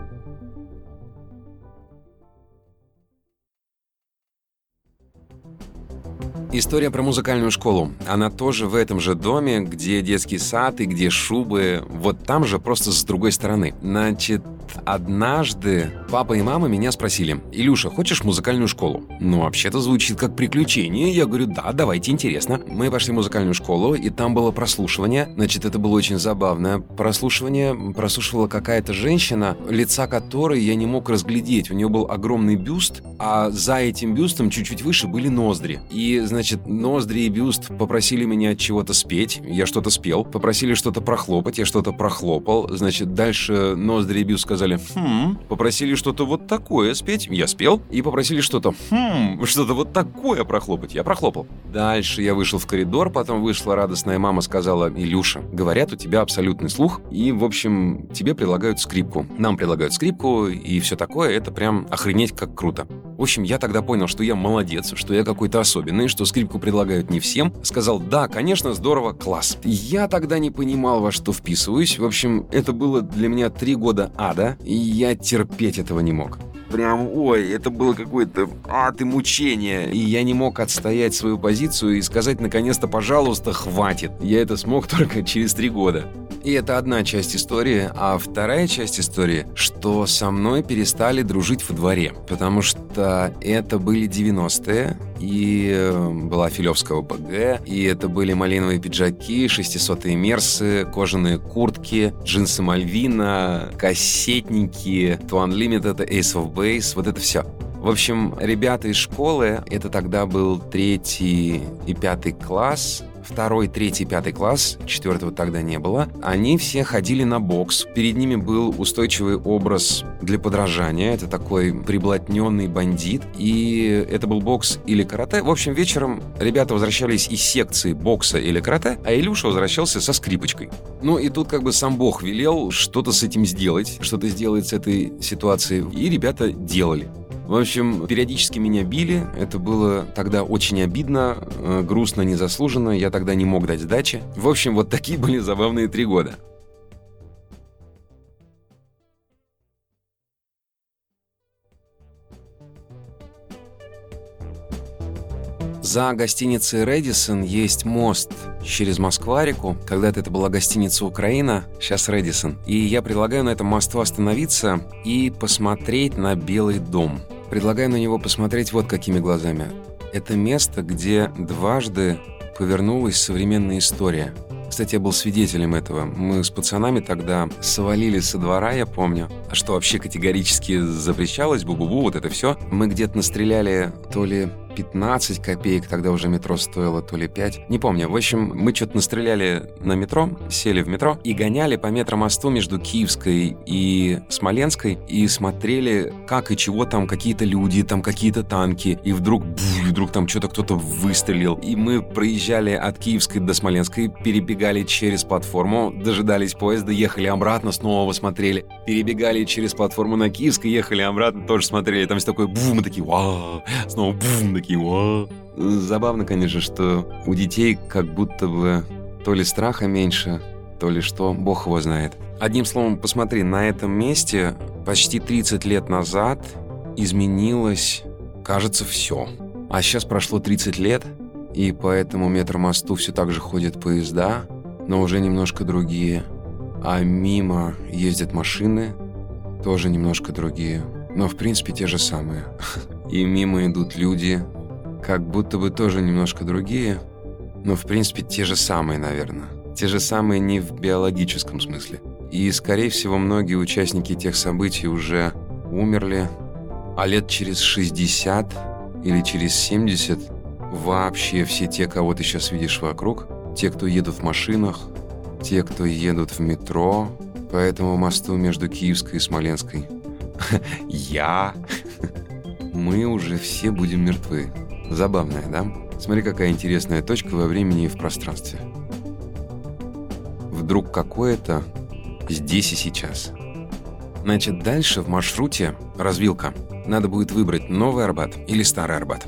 История про музыкальную школу. Она тоже в этом же доме, где детский сад и где шубы. Вот там же, просто с другой стороны. Значит, однажды папа и мама меня спросили: «Илюша, хочешь музыкальную школу?» Ну, вообще-то звучит как приключение. Я говорю: да, давайте, интересно. Мы пошли в музыкальную школу, и там было прослушивание. Значит, это было очень забавное прослушивание. Прослушивала какая-то женщина, лица которой я не мог разглядеть. У нее был огромный бюст, а за этим бюстом чуть-чуть выше были ноздри. И, значит, ноздри и бюст попросили меня чего-то спеть. Я что-то спел. Попросили что-то прохлопать. Я что-то прохлопал. Значит, дальше ноздри и бюст сказали: Попросили что-то вот такое спеть. Я спел. И попросили что-то что-то вот такое прохлопать. Я прохлопал. Дальше я вышел в коридор. Потом вышла радостная мама, сказала: Илюша, говорят, у тебя абсолютный слух. И, в общем, тебе предлагают скрипку. Нам предлагают скрипку и все такое. Это прям охренеть как круто. В общем, я тогда понял, что я молодец, что я какой-то особенный, что скрипку предлагают не всем. Сказал: да, конечно, здорово, класс. Я тогда не понимал, во что вписываюсь. В общем, это было для меня 3 года ада, и я терпеть этого не мог. Прям, ой, это было какое-то ад и мучение. И я не мог отстоять свою позицию и сказать наконец-то: пожалуйста, хватит. Я это смог только через 3 года. И это одна часть истории. А вторая часть истории, что со мной перестали дружить во дворе. Потому что это были 90-е, и была Филевская ОПГ, и это были малиновые пиджаки, 600-е мерсы, кожаные куртки, джинсы Мальвина, кассетники, To Unlimited, Ace of Base, вот это все. В общем, ребята из школы, это тогда был 3 и 5 класс, 2, 3, 5 класс, 4 тогда не было, они все ходили на бокс. Перед ними был устойчивый образ для подражания. Это такой приблотненный бандит. И это был бокс или карате. В общем, вечером ребята возвращались из секции бокса или карате, а Илюша возвращался со скрипочкой. Ну и тут как бы сам Бог велел что-то с этим сделать, что-то сделать с этой ситуацией. И ребята делали. В общем, периодически меня били. Это было тогда очень обидно, грустно, незаслуженно. Я тогда не мог дать сдачи. В общем, вот такие были забавные 3 года. За гостиницей «Рэдисон» есть мост через Москва-реку. Когда-то это была гостиница «Украина», сейчас «Рэдисон». И я предлагаю на этом мосту остановиться и посмотреть на Белый дом. Предлагаю на него посмотреть вот какими глазами. Это место, где дважды повернулась современная история. Кстати, я был свидетелем этого. Мы с пацанами тогда свалили со двора, я помню. А что вообще категорически запрещалось, бу-бу-бу, вот это все. Мы где-то настреляли то ли 15 копеек, тогда уже метро стоило, то ли 5. Не помню. В общем, мы что-то настреляли на метро, сели в метро и гоняли по метромосту между Киевской и Смоленской и смотрели, как и чего там какие-то люди, там какие-то танки. И вдруг там что-то кто-то выстрелил. И мы проезжали от Киевской до Смоленской, перебегали через платформу, дожидались поезда, ехали обратно, снова смотрели. Перебегали через платформу на Киевской, ехали обратно, тоже смотрели. Там все такое бум, мы такие вау, снова бум, такие вау. Забавно, конечно, что у детей как будто бы то ли страха меньше, то ли что, бог его знает. Одним словом, посмотри, на этом месте почти 30 лет назад изменилось, кажется, все. А сейчас прошло 30 лет, и по этому метромосту все так же ходят поезда, но уже немножко другие. А мимо ездят машины, тоже немножко другие, но в принципе те же самые. И мимо идут люди, как будто бы тоже немножко другие, но в принципе те же самые, наверное. Те же самые не в биологическом смысле. И, скорее всего, многие участники тех событий уже умерли, а лет через 60 или через 70 вообще все те, кого ты сейчас видишь вокруг, те, кто едут в машинах, те, кто едут в метро по этому мосту между Киевской и Смоленской, мы уже все будем мертвы. Забавная, да? Смотри, какая интересная точка во времени и в пространстве. Вдруг какое-то здесь и сейчас. Значит, дальше в маршруте развилка. Надо будет выбрать Новый Арбат или Старый Арбат.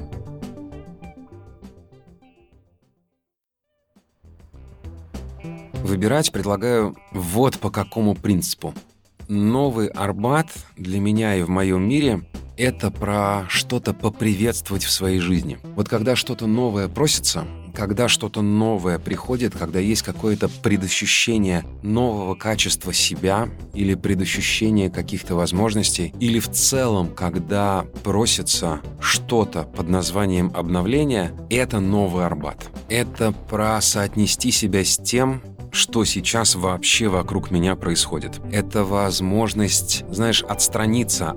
Выбирать предлагаю вот по какому принципу. Новый Арбат для меня и в моем мире – это про что-то поприветствовать в своей жизни. Вот когда что-то новое просится, когда что-то новое приходит, когда есть какое-то предощущение нового качества себя или предощущение каких-то возможностей, или в целом, когда просится что-то под названием обновление, это новый Арбат. Это про соотнести себя с тем, что сейчас вообще вокруг меня происходит. Это возможность, знаешь, отстраниться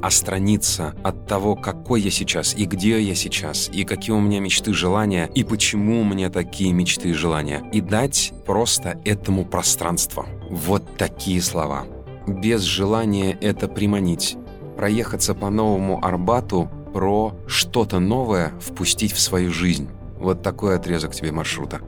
от того, какой я сейчас, и где я сейчас, и какие у меня мечты, желания, и почему у меня такие мечты и желания. И дать просто этому пространство. Вот такие слова. Без желания это приманить. Проехаться по новому Арбату, про что-то новое впустить в свою жизнь. Вот такой отрезок тебе маршрута.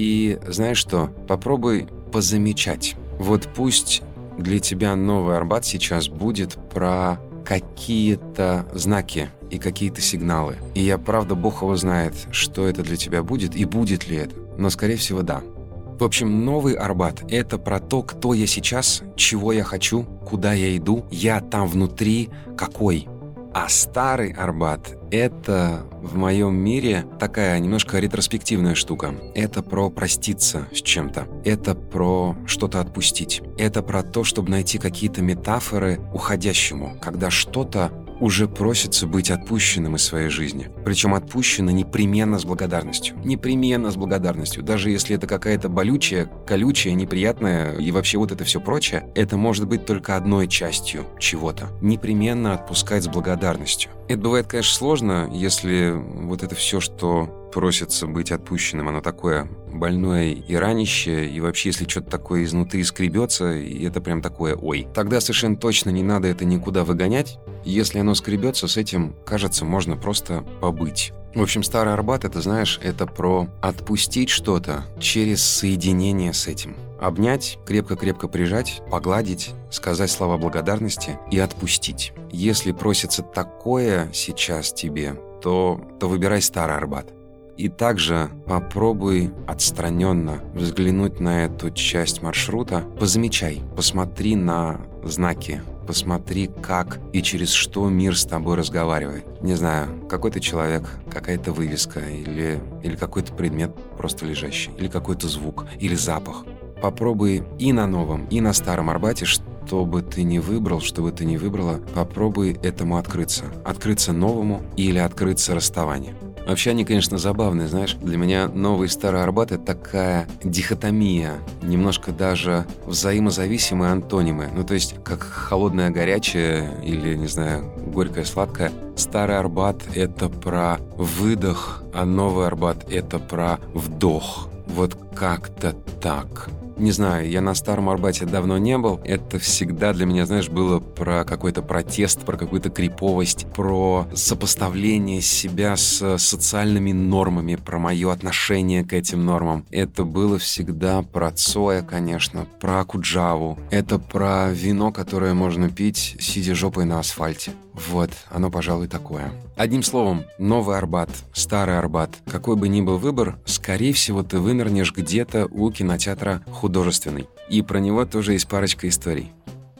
И знаешь что? Попробуй позамечать. Вот пусть для тебя новый Арбат сейчас будет про какие-то знаки и какие-то сигналы. И я, правда, Бог его знает, что это для тебя будет и будет ли это. Но, скорее всего, да. В общем, новый Арбат – это про то, кто я сейчас, чего я хочу, куда я иду, я там внутри какой. А старый Арбат – это в моем мире такая немножко ретроспективная штука. Это про проститься с чем-то. Это про что-то отпустить. Это про то, чтобы найти какие-то метафоры уходящему, когда что-то уже просится быть отпущенным из своей жизни. Причем отпущено непременно с благодарностью. Непременно с благодарностью. Даже если это какая-то болючая, колючая, неприятная и вообще вот это все прочее, это может быть только одной частью чего-то. Непременно отпускать с благодарностью. Это бывает, конечно, сложно, если вот это все, что просится быть отпущенным, оно такое больное и ранящее, и вообще, если что-то такое изнутри скребется, и это прям такое «ой». Тогда совершенно точно не надо это никуда выгонять. Если оно скребется, с этим, кажется, можно просто побыть. В общем, старый Арбат, это, знаешь, это про отпустить что-то через соединение с этим. Обнять, крепко-крепко прижать, погладить, сказать слова благодарности и отпустить. Если просится такое сейчас тебе, то выбирай старый Арбат. И также попробуй отстраненно взглянуть на эту часть маршрута. Позамечай, посмотри на знаки, посмотри, как и через что мир с тобой разговаривает. Не знаю, какой-то человек, какая-то вывеска или какой-то предмет просто лежащий, или какой-то звук, или запах. Попробуй и на новом, и на старом Арбате, что бы ты ни выбрал, что бы ты ни выбрала, попробуй этому открыться. Открыться новому или открыться расставанию. Вообще они, конечно, забавные, знаешь. Для меня новый и старый Арбат – это такая дихотомия, немножко даже взаимозависимые антонимы. Ну, то есть, как холодное горячее или, не знаю, горькое сладкое. Старый Арбат – это про выдох, а новый Арбат – это про вдох. Вот как-то так. Не знаю, я на старом Арбате давно не был. Это всегда для меня, знаешь, было про какой-то протест, про какую-то криповость, про сопоставление себя с социальными нормами, про мое отношение к этим нормам. Это было всегда про Цоя, конечно, про Акуджаву. Это про вино, которое можно пить, сидя жопой на асфальте. Вот, оно, пожалуй, такое. Одним словом, новый Арбат, старый Арбат, какой бы ни был выбор, скорее всего, ты вынырнешь где-то у кинотеатра «Художественный». И про него тоже есть парочка историй.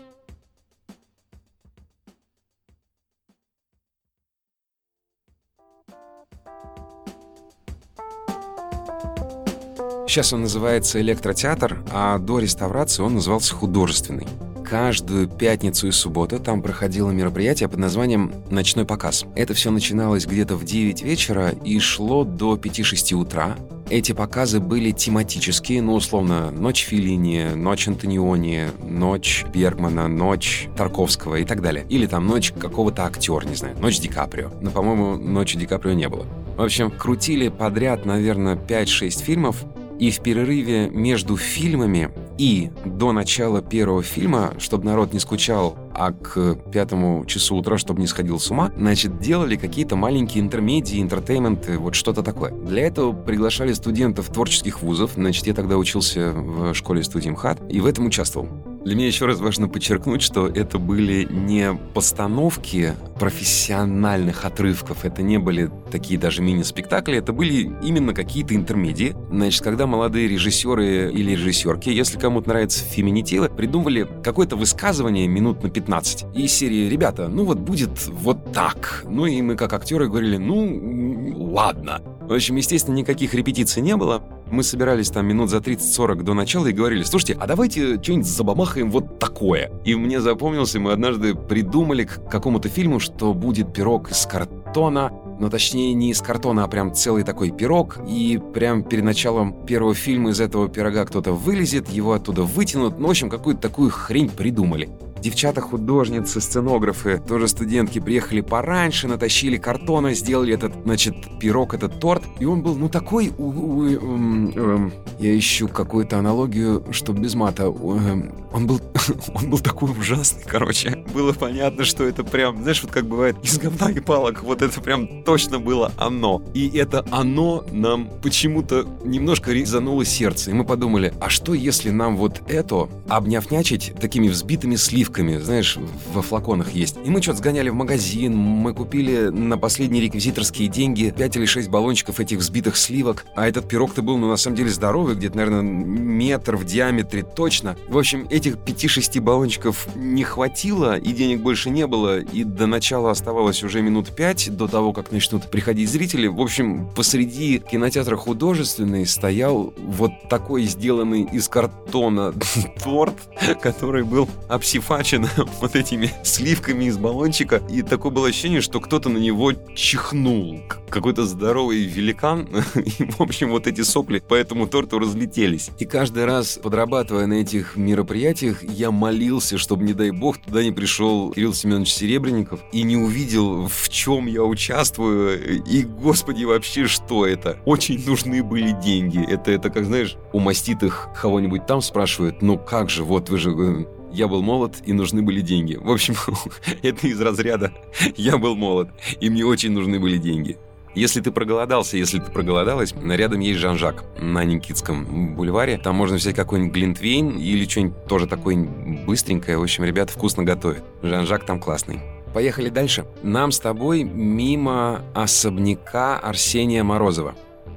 Сейчас он называется «Электротеатр», а до реставрации он назывался «Художественный». Каждую пятницу и субботу там проходило мероприятие под названием «Ночной показ». Это все начиналось где-то в 9 вечера и шло до 5-6 утра. Эти показы были тематические, ну, условно, «Ночь Феллини», «Ночь Антониони», «Ночь Бергмана», «Ночь Тарковского» и так далее. Или там «Ночь какого-то актера», не знаю, «Ночь Ди Каприо». Но, по-моему, «Ночи Ди Каприо» не было. В общем, крутили подряд, наверное, 5-6 фильмов. И в перерыве между фильмами и до начала первого фильма, чтобы народ не скучал, а к 5 часу утра, чтобы не сходил с ума, значит, делали какие-то маленькие интермедии, интертейменты, вот что-то такое. Для этого приглашали студентов творческих вузов, значит, я тогда учился в школе-студии МХАТ, и в этом участвовал. Для меня еще раз важно подчеркнуть, что это были не постановки профессиональных отрывков, это не были такие даже мини-спектакли, это были именно какие-то интермедии. Значит, когда молодые режиссеры или режиссерки, если кому-то нравятся феминитивы, придумывали какое-то высказывание минут на 15. И из серии «Ребята, ну вот будет вот так». Ну и мы как актеры говорили «Ну, ладно». В общем, естественно, никаких репетиций не было. Мы собирались там минут за 30-40 до начала и говорили: слушайте, а давайте что-нибудь забабахаем вот такое. И мне запомнился, мы однажды придумали к какому-то фильму, что будет пирог из картона, но точнее не из картона, а прям целый такой пирог, и прям перед началом первого фильма из этого пирога кто-то вылезет, его оттуда вытянут, ну, в общем, какую-то такую хрень придумали. Девчата-художницы, сценографы, тоже студентки, приехали пораньше, натащили картона, сделали этот, значит, пирог, этот торт. И он был, ну, такой... я ищу какую-то аналогию, чтобы без мата. Он был такой ужасный, короче. Было понятно, что это прям, знаешь, вот как бывает, из говна и палок. Вот это прям точно было оно. И это оно нам почему-то немножко резануло сердце. И мы подумали, а что если нам вот это обнявнячить такими взбитыми сливками, знаешь, во флаконах есть. И мы что-то сгоняли в магазин, мы купили на последние реквизиторские деньги 5 или 6 баллончиков этих взбитых сливок. А этот пирог-то был, ну, на самом деле здоровый, где-то, наверное, метр в диаметре точно. В общем, этих 5-6 баллончиков не хватило, и денег больше не было, и до начала оставалось уже минут 5, до того, как начнут приходить зрители. В общем, посреди кинотеатра художественный стоял вот такой сделанный из картона торт, который был обсифачен вот этими сливками из баллончика, и такое было ощущение, что кто-то на него чихнул. Какой-то здоровый великан, и, в общем, вот эти сопли по этому торту разлетелись. И каждый раз, подрабатывая на этих мероприятиях, я молился, чтобы, не дай бог, туда не пришел Кирилл Семенович Серебренников и не увидел, в чем я участвую, и, господи, вообще, что это? Очень нужны были деньги. Это как, знаешь, у маститых кого-нибудь там спрашивают, ну как же, вот вы же... Я был молод, и нужны были деньги. В общем, это из разряда «я был молод, и мне очень нужны были деньги». Если ты проголодался, если ты проголодалась, рядом есть Жан-Жак на Никитском бульваре. Там можно взять какой-нибудь глинтвейн или что-нибудь тоже такое быстренькое. В общем, ребята вкусно готовят. Жан-Жак там классный. Поехали дальше. Нам с тобой мимо особняка Арсения Морозова.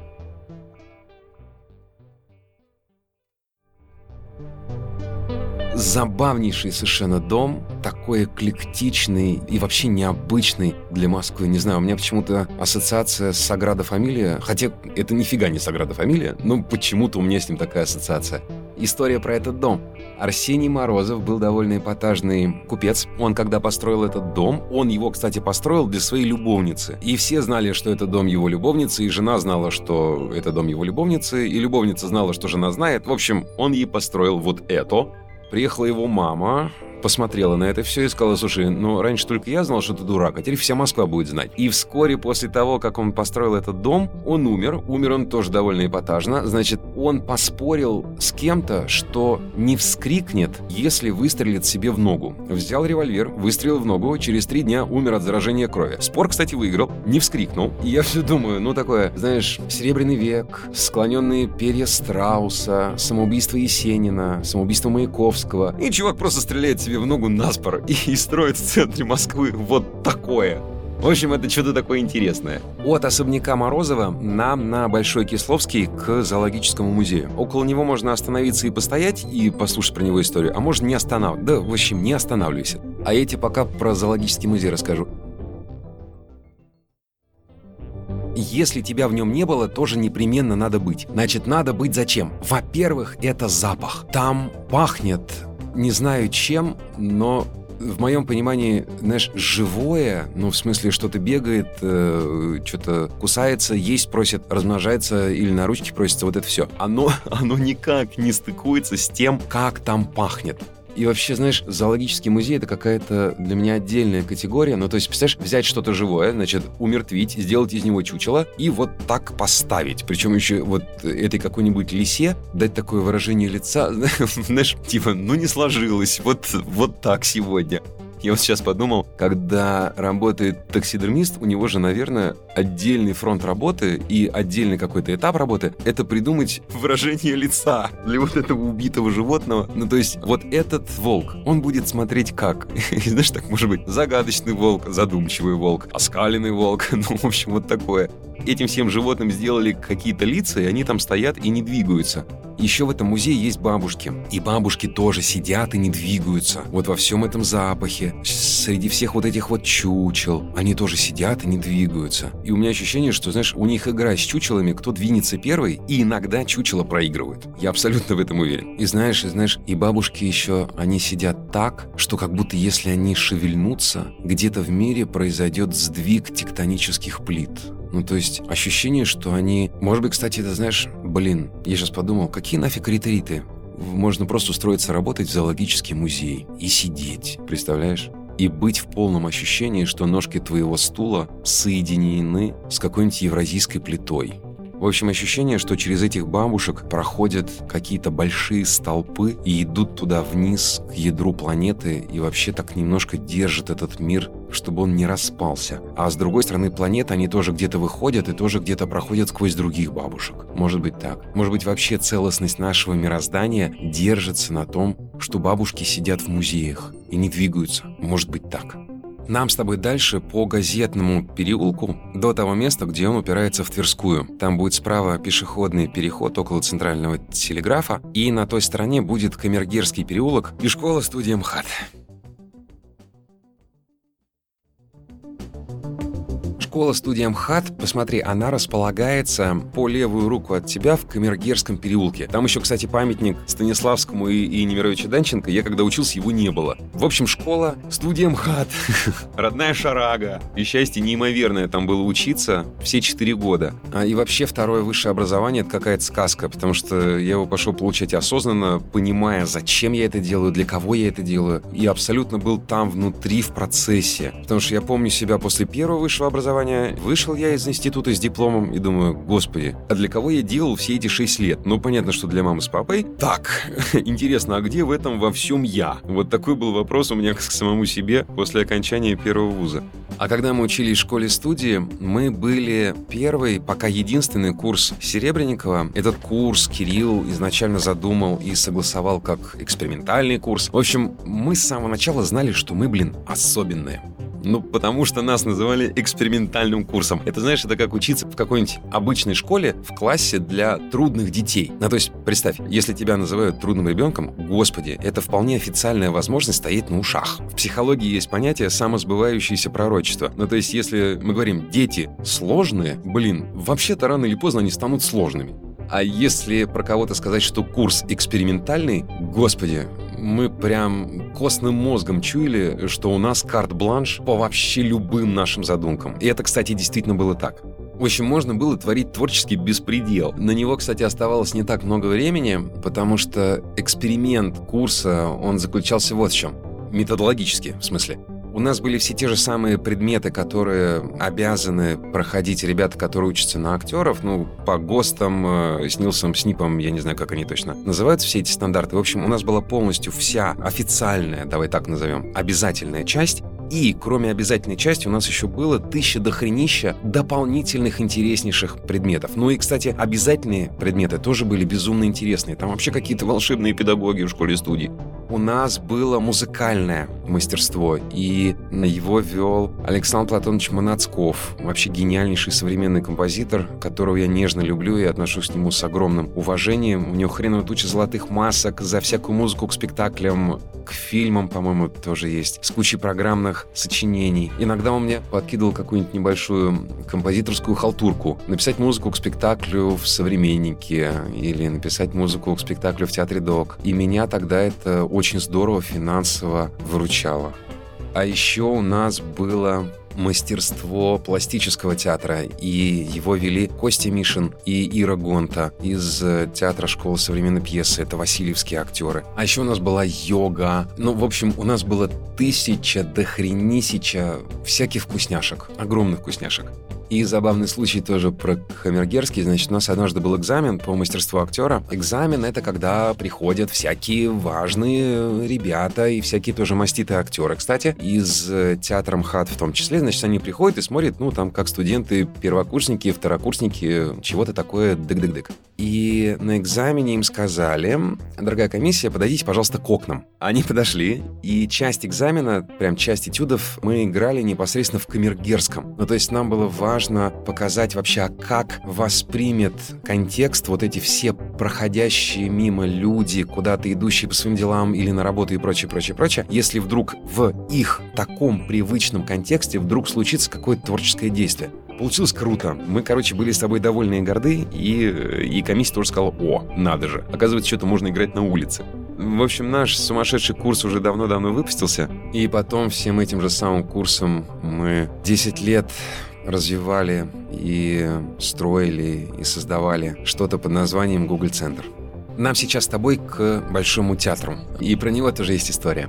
Забавнейший совершенно дом, такой эклектичный и вообще необычный для Москвы. Не знаю, у меня почему-то ассоциация с Саграда Фамилия, хотя это нифига не Саграда Фамилия, но почему-то у меня с ним такая ассоциация. История про этот дом. Арсений Морозов был довольно эпатажный купец. Он, когда построил этот дом, он его, кстати, построил для своей любовницы. И все знали, что это дом его любовницы, и жена знала, что это дом его любовницы, и любовница знала, что жена знает. В общем, он ей построил вот это. Приехала его мама, посмотрела на это все и сказала: слушай, ну раньше только я знал, что ты дурак, а теперь вся Москва будет знать. И вскоре после того, как он построил этот дом, он умер. Умер он тоже довольно эпатажно. Значит, он поспорил с кем-то, что не вскрикнет, если выстрелит себе в ногу. Взял револьвер, выстрелил в ногу, через 3 дня умер от заражения крови. Спор, кстати, выиграл, не вскрикнул. И я все думаю, ну такое, знаешь, Серебряный век, склоненные перья страуса, самоубийство Есенина, самоубийство Маяковского. И чувак просто стреляет себе в ногу наспор и строит в центре Москвы вот такое. В общем, это что-то такое интересное. От особняка Морозова нам на Большой Кисловский к зоологическому музею. Около него можно остановиться и постоять, и послушать про него историю, а можно не останавливаться. Да, в общем, не останавливайся. А я тебе пока про зоологический музей расскажу. Если тебя в нем не было, тоже непременно надо быть. Значит, надо быть зачем? Во-первых, это запах. Там пахнет, не знаю чем, но в моем понимании, знаешь, живое, ну, в смысле, что-то бегает, что-то кусается, есть просит, размножается или на ручки просится, вот это все. Оно никак не стыкуется с тем, как там пахнет. И вообще, знаешь, зоологический музей — это какая-то для меня отдельная категория. Ну, то есть, представляешь, взять что-то живое, значит, умертвить, сделать из него чучело и вот так поставить. Причем еще вот этой какой-нибудь лисе дать такое выражение лица, знаешь, типа, ну не сложилось, вот так сегодня. Я вот сейчас подумал, когда работает таксидермист, у него же, наверное, отдельный фронт работы и отдельный какой-то этап работы — это придумать выражение лица для вот этого убитого животного. Ну, то есть, вот этот волк, он будет смотреть как? И, знаешь, так может быть загадочный волк, задумчивый волк, оскаленный волк, ну, в общем, вот такое. этим всем животным сделали какие-то лица, и они там стоят и не двигаются. Еще в этом музее есть бабушки. И бабушки тоже сидят и не двигаются. Вот во всем этом запахе, среди всех вот этих вот чучел, они тоже сидят и не двигаются. И у меня ощущение, что, знаешь, у них игра с чучелами, кто двинется первый, и иногда чучело проигрывают. Я абсолютно в этом уверен. И знаешь, и бабушки еще, они сидят так, что как будто если они шевельнутся, где-то в мире произойдет сдвиг тектонических плит. Ну, то есть ощущение, что они... Может быть, кстати, это, знаешь, я сейчас подумал, какие нафиг ретриты? Можно просто устроиться работать в зоологический музей и сидеть, представляешь? И быть в полном ощущении, что ножки твоего стула соединены с какой-нибудь евразийской плитой. В общем, ощущение, что через этих бабушек проходят какие-то большие столпы и идут туда вниз, к ядру планеты, и вообще так немножко держат этот мир, чтобы он не распался. А с другой стороны планеты они тоже где-то выходят и тоже где-то проходят сквозь других бабушек. Может быть так. Может быть, вообще целостность нашего мироздания держится на том, что бабушки сидят в музеях и не двигаются. Может быть так. Нам с тобой дальше по Газетному переулку до того места, где он упирается в Тверскую. Там будет справа пешеходный переход около центрального телеграфа, и на той стороне будет Камергерский переулок и школа-студия МХАТ. Школа-студия МХАТ, посмотри, она располагается по левую руку от тебя в Камергерском переулке. Там еще, кстати, памятник Станиславскому и Немировичу Данченко. Я когда учился, его не было. В общем, школа, студия МХАТ. Родная шарага. И счастье неимоверное там было учиться все 4 года. И вообще второе высшее образование — это какая-то сказка, потому что я его пошел получать осознанно, понимая, зачем я это делаю, для кого я это делаю. И абсолютно был там внутри, в процессе. Потому что я помню себя после первого высшего образования. Вышел я из института с дипломом и думаю, господи, а для кого я делал все эти 6 лет? Ну, понятно, что для мамы с папой. Так, интересно, а где в этом во всем я? Вот такой был вопрос у меня к самому себе после окончания первого вуза. А когда мы учились в школе-студии, мы были первый, пока единственный курс Серебренникова. Этот курс Кирилл изначально задумал и согласовал как экспериментальный курс. В общем, мы с самого начала знали, что мы, особенные. Ну, потому что нас называли экспериментальным курсом. Это, знаешь, это как учиться в какой-нибудь обычной школе в классе для трудных детей. Ну, то есть, представь, если тебя называют трудным ребенком, господи, это вполне официальная возможность стоять на ушах. В психологии есть понятие самосбывающееся пророчество. Ну, то есть, если мы говорим «дети сложные», вообще-то рано или поздно они станут сложными. А если про кого-то сказать, что курс экспериментальный, господи, мы прям костным мозгом чуяли, что у нас карт-бланш по вообще любым нашим задумкам. И это, кстати, действительно было так. В общем, можно было творить творческий беспредел. На него, кстати, оставалось не так много времени, потому что эксперимент курса, он заключался вот в чем. Методологически, в смысле. У нас были все те же самые предметы, которые обязаны проходить ребята, которые учатся на актеров. Ну, по ГОСТам, СНИЛСам, СНИПам, я не знаю, как они точно называются, все эти стандарты. В общем, у нас была полностью вся официальная, давай так назовем, обязательная часть. И, кроме обязательной части, у нас еще было 1000 дохренища дополнительных интереснейших предметов. Ну и, кстати, обязательные предметы тоже были безумно интересные. Там вообще какие-то волшебные педагоги в школе-студии. У нас было музыкальное мастерство, и его вел Александр Платонович Манацков, вообще гениальнейший современный композитор, которого я нежно люблю и отношусь к нему с огромным уважением. У него хреновая туча золотых масок за всякую музыку к спектаклям, к фильмам, по-моему, тоже есть, с кучей программных сочинений. Иногда он мне подкидывал какую-нибудь небольшую композиторскую халтурку. Написать музыку к спектаклю в «Современнике» или написать музыку к спектаклю в Театре ДОК. И меня тогда это очень здорово финансово выручало. А еще у нас было мастерство пластического театра, и его вели Костя Мишин и Ира Гонта из театра школы современной пьесы. Это васильевские актеры. А еще у нас была йога. Ну, в общем, у нас было 1000 дохренисича всяких вкусняшек, огромных вкусняшек. И забавный случай тоже про Камергерский. Значит, у нас однажды был экзамен по мастерству актера. Экзамен — это когда приходят всякие важные ребята и всякие тоже маститые актеры, кстати, из театра МХАТ в том числе. Значит, они приходят и смотрят, там как студенты, первокурсники, второкурсники, чего-то такое дык-дык-дык. И на экзамене им сказали: дорогая комиссия, подойдите, пожалуйста, к окнам. Они подошли, и часть экзамена, прям часть этюдов, мы играли непосредственно в Камергерском. Ну, то есть нам было важно важно показать вообще, как воспримет контекст вот эти все проходящие мимо люди, куда-то идущие по своим делам или на работу и прочее, прочее, прочее, если вдруг в их таком привычном контексте вдруг случится какое-то творческое действие. Получилось круто. Мы, были с тобой довольны и горды, и комиссия тоже сказала: о, надо же, оказывается, что-то можно играть на улице. В общем, наш сумасшедший курс уже давно-давно выпустился, и потом всем этим же самым курсом мы 10 лет развивали и строили и создавали что-то под названием Google Центр. Нам сейчас с тобой к Большому театру, и про него тоже есть история.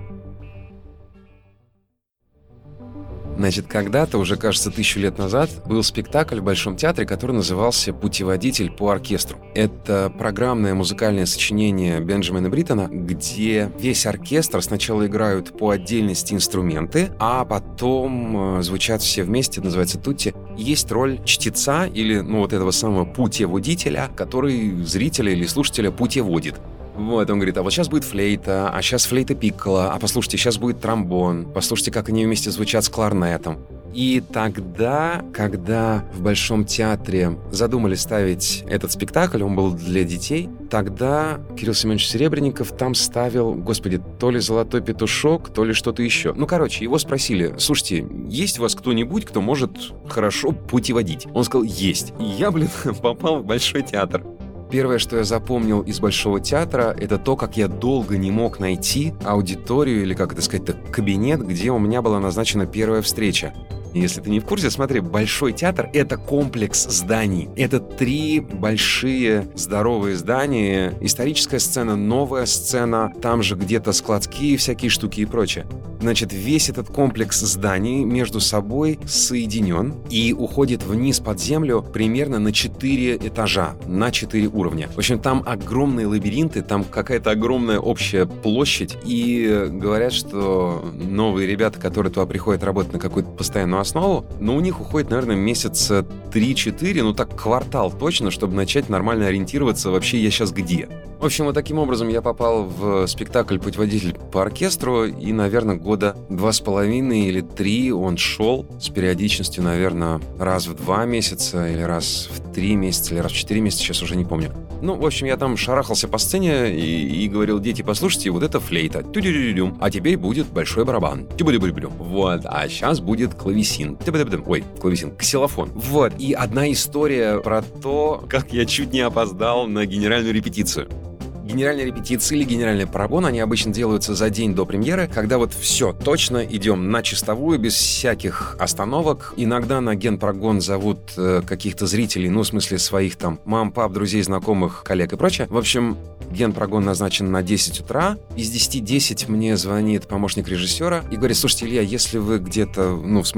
Значит, когда-то, уже, кажется, 1000 лет назад, был спектакль в Большом театре, который назывался «Путеводитель по оркестру». Это программное музыкальное сочинение Бенджамина Бриттона, где весь оркестр сначала играют по отдельности инструменты, а потом звучат все вместе, называется «Тутти». Есть роль чтеца или, этого самого путеводителя, который зрителя или слушателя путеводит. Вот, он говорит: а вот сейчас будет флейта, а сейчас флейта пикколо, а послушайте, сейчас будет тромбон, послушайте, как они вместе звучат с кларнетом. И тогда, когда в Большом театре задумали ставить этот спектакль, он был для детей, тогда Кирилл Семенович Серебренников там ставил, то ли «Золотой петушок», то ли что-то еще. Его спросили: слушайте, есть у вас кто-нибудь, кто может хорошо путеводить? Он сказал: есть. И я, попал в Большой театр. Первое, что я запомнил из Большого театра, это то, как я долго не мог найти аудиторию или, кабинет, где у меня была назначена первая встреча. Если ты не в курсе, смотри, Большой театр — это комплекс зданий. Это 3 большие здоровые здания, историческая сцена, новая сцена, там же где-то складские всякие штуки и прочее. Значит, весь этот комплекс зданий между собой соединен и уходит вниз под землю примерно на 4 этажа, на 4 уровня. В общем, там огромные лабиринты, там какая-то огромная общая площадь, и говорят, что новые ребята, которые туда приходят работать на какую-то постоянную основу, у них уходит, наверное, месяца 3-4, квартал точно, чтобы начать нормально ориентироваться вообще я сейчас где. В общем, таким образом я попал в спектакль «Путеводитель по оркестру», и, наверное, года 2,5 или 3 он шел с периодичностью, наверное, раз в 2 месяца, или раз в 3 месяца, или раз в 4 месяца, сейчас уже не помню. В общем, я там шарахался по сцене и говорил: дети, послушайте, вот это флейта, а теперь будет большой барабан, вот, а сейчас будет клавесин, ксилофон. Вот, и одна история про то, как я чуть не опоздал на генеральную репетицию. Генеральные репетиции или генеральный парабон, они обычно делаются за день до премьеры, когда все, точно идем на чистовую, без всяких остановок. Иногда на генпрогон зовут каких-то зрителей, в смысле своих мам, пап, друзей, знакомых, коллег и прочее. В общем, генпрогон назначен на 10 утра. Из 10:10 мне звонит помощник режиссера и говорит: слушайте, Илья, если вы где-то,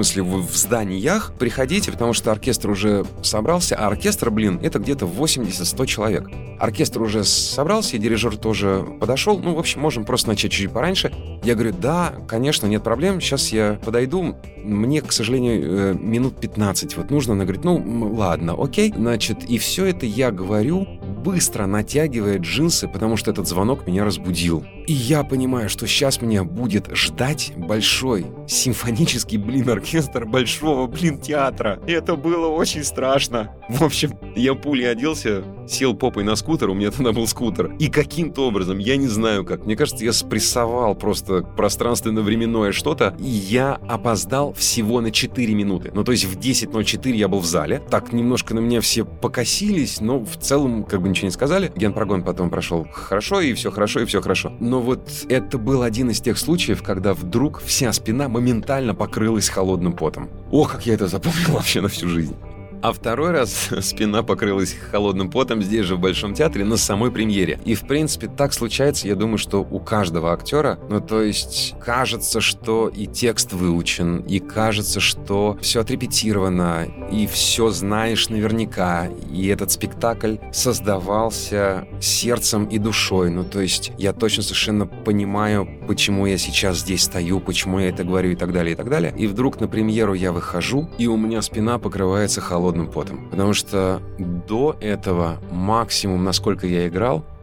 в зданиях, приходите, потому что оркестр уже собрался, а оркестр, это где-то 80-100 человек. Оркестр уже собрался, и дирижер тоже подошел. В общем, можем просто начать чуть пораньше. Я говорю: да, конечно, нет проблем, сейчас я подойду. Мне, к сожалению, минут 15 нужно. Она говорит: ладно, окей. Значит, и все это я говорю, быстро натягивая джинсы, потому что этот звонок меня разбудил. И я понимаю, что сейчас меня будет ждать большой симфонический, оркестр Большого, театра. И это было очень страшно. В общем, я пулей оделся, сел попой на скутер, у меня тогда был скутер, и каким-то образом, я не знаю как, мне кажется, я спрессовал просто пространственно-временное что-то, и я опоздал всего на 4 минуты. То есть в 10:04 я был в зале, так немножко на меня все покосились, но в целом ничего не сказали. Генпрогон потом прошел хорошо, и все хорошо, и все хорошо. Но это был один из тех случаев, когда вдруг вся спина моментально покрылась холодным потом. Как я это запомнил вообще на всю жизнь. А второй раз спина покрылась холодным потом здесь же, в Большом театре, на самой премьере. И, в принципе, так случается, я думаю, что у каждого актера. То есть, кажется, что и текст выучен, и кажется, что все отрепетировано, и все знаешь наверняка. И этот спектакль создавался сердцем и душой. То есть, я точно совершенно понимаю, почему я сейчас здесь стою, почему я это говорю и так далее, и так далее. И вдруг на премьеру я выхожу, и у меня спина покрывается холодным потом. Потому что до этого максимум, насколько я играл,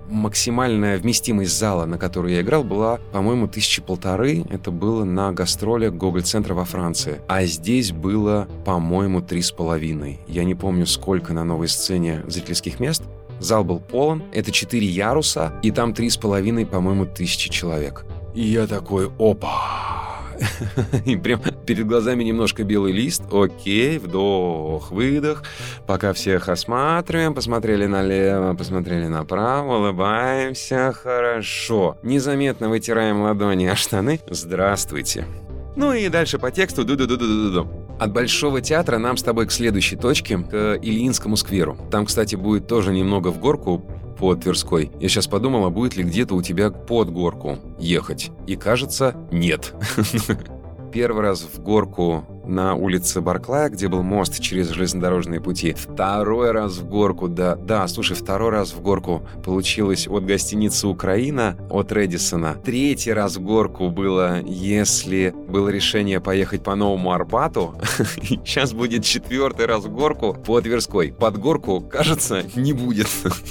максимальная вместимость зала, на которую я играл, была, по-моему, 1500. Это было на гастролях Гоголь-центра во Франции. А здесь было, по-моему, 3,5. Я не помню, сколько на новой сцене зрительских мест. Зал был полон, это 4 яруса, и там 3,5, по-моему, тысячи человек. И я такой, опа! И прям перед глазами немножко белый лист. Окей, вдох, выдох. Пока всех осматриваем, посмотрели налево, посмотрели направо, улыбаемся. Хорошо. Незаметно вытираем ладони о штаны. Здравствуйте. Ну и дальше по тексту ду-ду-ду-ду-ду-ду. От Большого театра нам с тобой к следующей точке, к Ильинскому скверу. Там, кстати, будет тоже немного в горку по Тверской. Я сейчас подумал, а будет ли где-то у тебя под горку ехать. И кажется, нет. Первый раз в горку на улице Барклая, где был мост через железнодорожные пути. Второй раз в горку, второй раз в горку получилось от гостиницы «Украина», от Рэдисона. Третий раз в горку было, если было решение поехать по Новому Арбату. Сейчас будет 4-й раз в горку по Тверской. Под горку, кажется, не будет.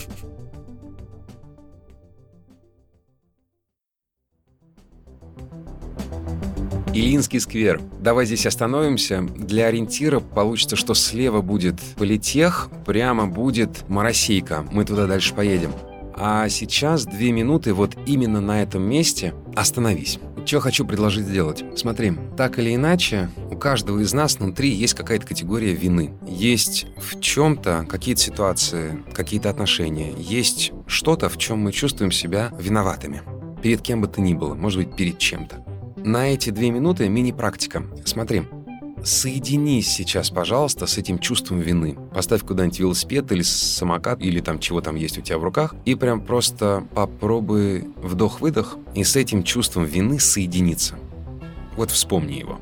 Ильинский сквер. Давай здесь остановимся. Для ориентира получится, что слева будет Политех, прямо будет Моросейка. Мы туда дальше поедем. А сейчас 2 минуты вот именно на этом месте остановись. Что хочу предложить сделать? Смотри, так или иначе, у каждого из нас внутри есть какая-то категория вины. Есть в чем-то какие-то ситуации, какие-то отношения. Есть что-то, в чем мы чувствуем себя виноватыми. Перед кем бы то ни было, может быть, перед чем-то. На эти 2 минуты мини-практика. Смотри, соединись сейчас, пожалуйста, с этим чувством вины. Поставь куда-нибудь велосипед или самокат, или там чего там есть у тебя в руках, и прям просто попробуй вдох-выдох и с этим чувством вины соединиться. Вот вспомни его.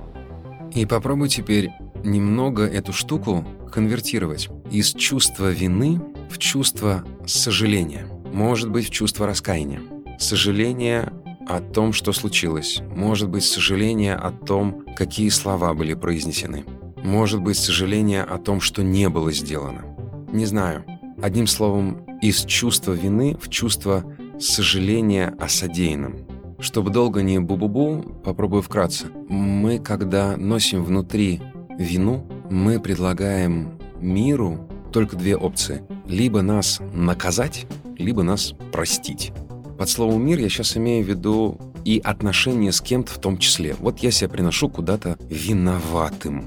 И попробуй теперь немного эту штуку конвертировать из чувства вины в чувство сожаления. Может быть, в чувство раскаяния. Сожаление о том, что случилось. Может быть, сожаление о том, какие слова были произнесены. Может быть, сожаление о том, что не было сделано. Не знаю. Одним словом, из чувства вины в чувство сожаления о содеянном. Чтобы долго не бу-бу-бу, попробую вкратце. Мы, когда носим внутри вину, мы предлагаем миру только 2 опции. Либо нас наказать, либо нас простить. Под словом «мир» я сейчас имею в виду и отношения с кем-то в том числе. Вот я себя приношу куда-то виноватым.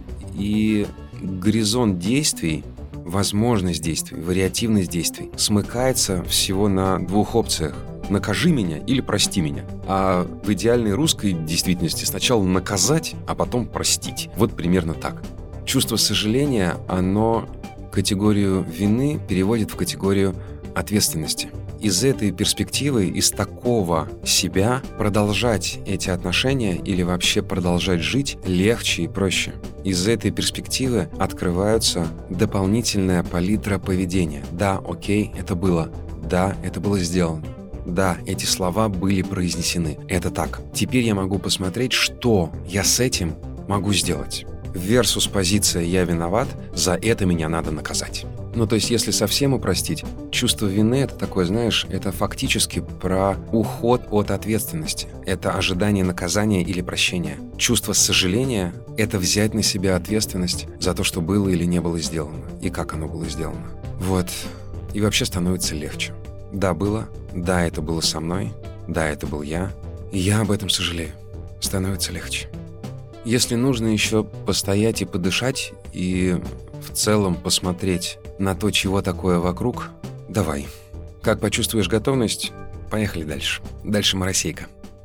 И горизонт действий, возможность действий, вариативность действий смыкается всего на 2 опциях. Накажи меня или прости меня. А в идеальной русской действительности сначала наказать, а потом простить. Вот примерно так. Чувство сожаления, оно категорию вины переводит в категорию ответственности. Из этой перспективы, из такого себя продолжать эти отношения или вообще продолжать жить легче и проще. Из этой перспективы открываются дополнительная палитра поведения. Да, окей, это было. Да, это было сделано. Да, эти слова были произнесены. Это так. Теперь я могу посмотреть, что я с этим могу сделать. Versus позиция «я виноват», за это меня надо наказать. Ну, то есть, если совсем упростить, чувство вины — это такое, знаешь, это фактически про уход от ответственности. Это ожидание наказания или прощения. Чувство сожаления — это взять на себя ответственность за то, что было или не было сделано, и как оно было сделано. Вот. И вообще становится легче. Да, было. Да, это было со мной. Да, это был я. И я об этом сожалею. Становится легче. Если нужно еще постоять и подышать, и в целом посмотреть на то, чего такое вокруг, давай. Как почувствуешь готовность, поехали дальше. Дальше Моросейка.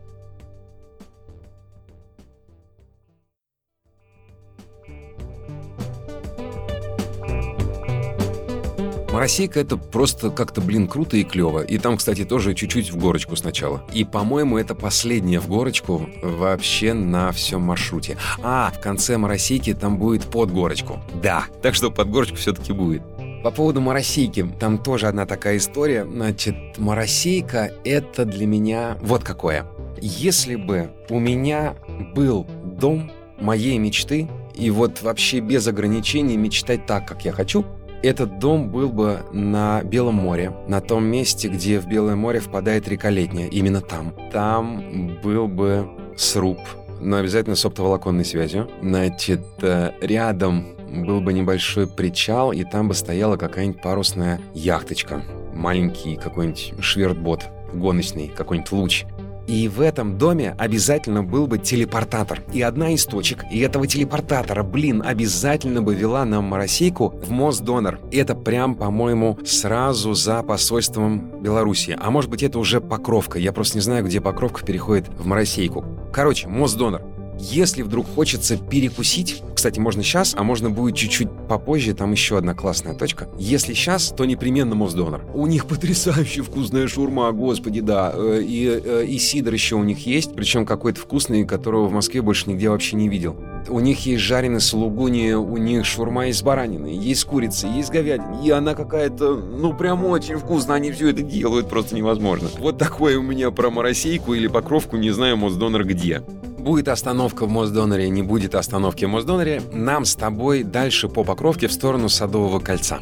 Моросейка — это просто как-то, круто и клево. И там, кстати, тоже чуть-чуть в горочку сначала. И, по-моему, это последняя в горочку вообще на всем маршруте. А, в конце Моросейки там будет под горочку. Да, так что под горочку все-таки будет. По поводу Моросейки, там тоже одна такая история. Значит, Моросейка — это для меня вот какое. Если бы у меня был дом моей мечты, и вот вообще без ограничений мечтать так, как я хочу, Этот дом был бы на Белом море, на том месте, где в Белое море впадает река Летняя, именно там. Там был бы сруб, но обязательно с оптоволоконной связью. Значит, рядом был бы небольшой причал, и там бы стояла какая-нибудь парусная яхточка. Маленький какой-нибудь швертбот, гоночный какой-нибудь луч. И в этом доме обязательно был бы телепортатор. И одна из точек, и этого телепортатора, обязательно бы вела нам Моросейку в Мосдонор. Это прям, по-моему, сразу за посольством Беларуси. А может быть, это уже Покровка. Я просто не знаю, где Покровка переходит в Моросейку. Короче, Мосдонор. Если вдруг хочется перекусить, кстати, можно сейчас, а можно будет чуть-чуть попозже, там еще одна классная точка. Если сейчас, то непременно Мосдонор. У них потрясающе вкусная шаурма, господи, да. И сидр еще у них есть, причем какой-то вкусный, которого в Москве больше нигде вообще не видел. У них есть жареный сулугуни, у них шаурма есть с бараниной, есть с курицей, есть с говядиной. И она какая-то, прям очень вкусная. Они все это делают просто невозможно. Вот такое у меня про Моросейку или Покровку, не знаю, Мосдонор где. Будет остановка в Мосдоноре, не будет остановки в Мосдоноре, нам с тобой дальше по Покровке в сторону Садового кольца.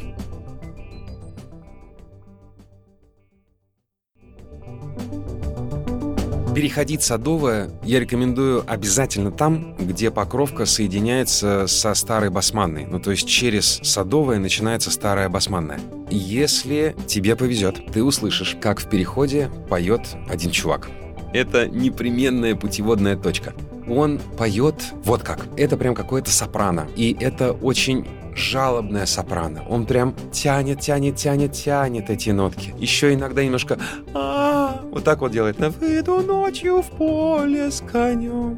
Переходить Садовое я рекомендую обязательно там, где Покровка соединяется со Старой Басманной. То есть через Садовое начинается Старая Басманная. Если тебе повезет, ты услышишь, как в переходе поет один чувак. Это непременная путеводная точка. Он поет вот как. Это прям какое-то сопрано. И это очень жалобное сопрано. Он прям тянет эти нотки. Еще иногда немножко вот так вот делает. Выйду ночью в поле с конем.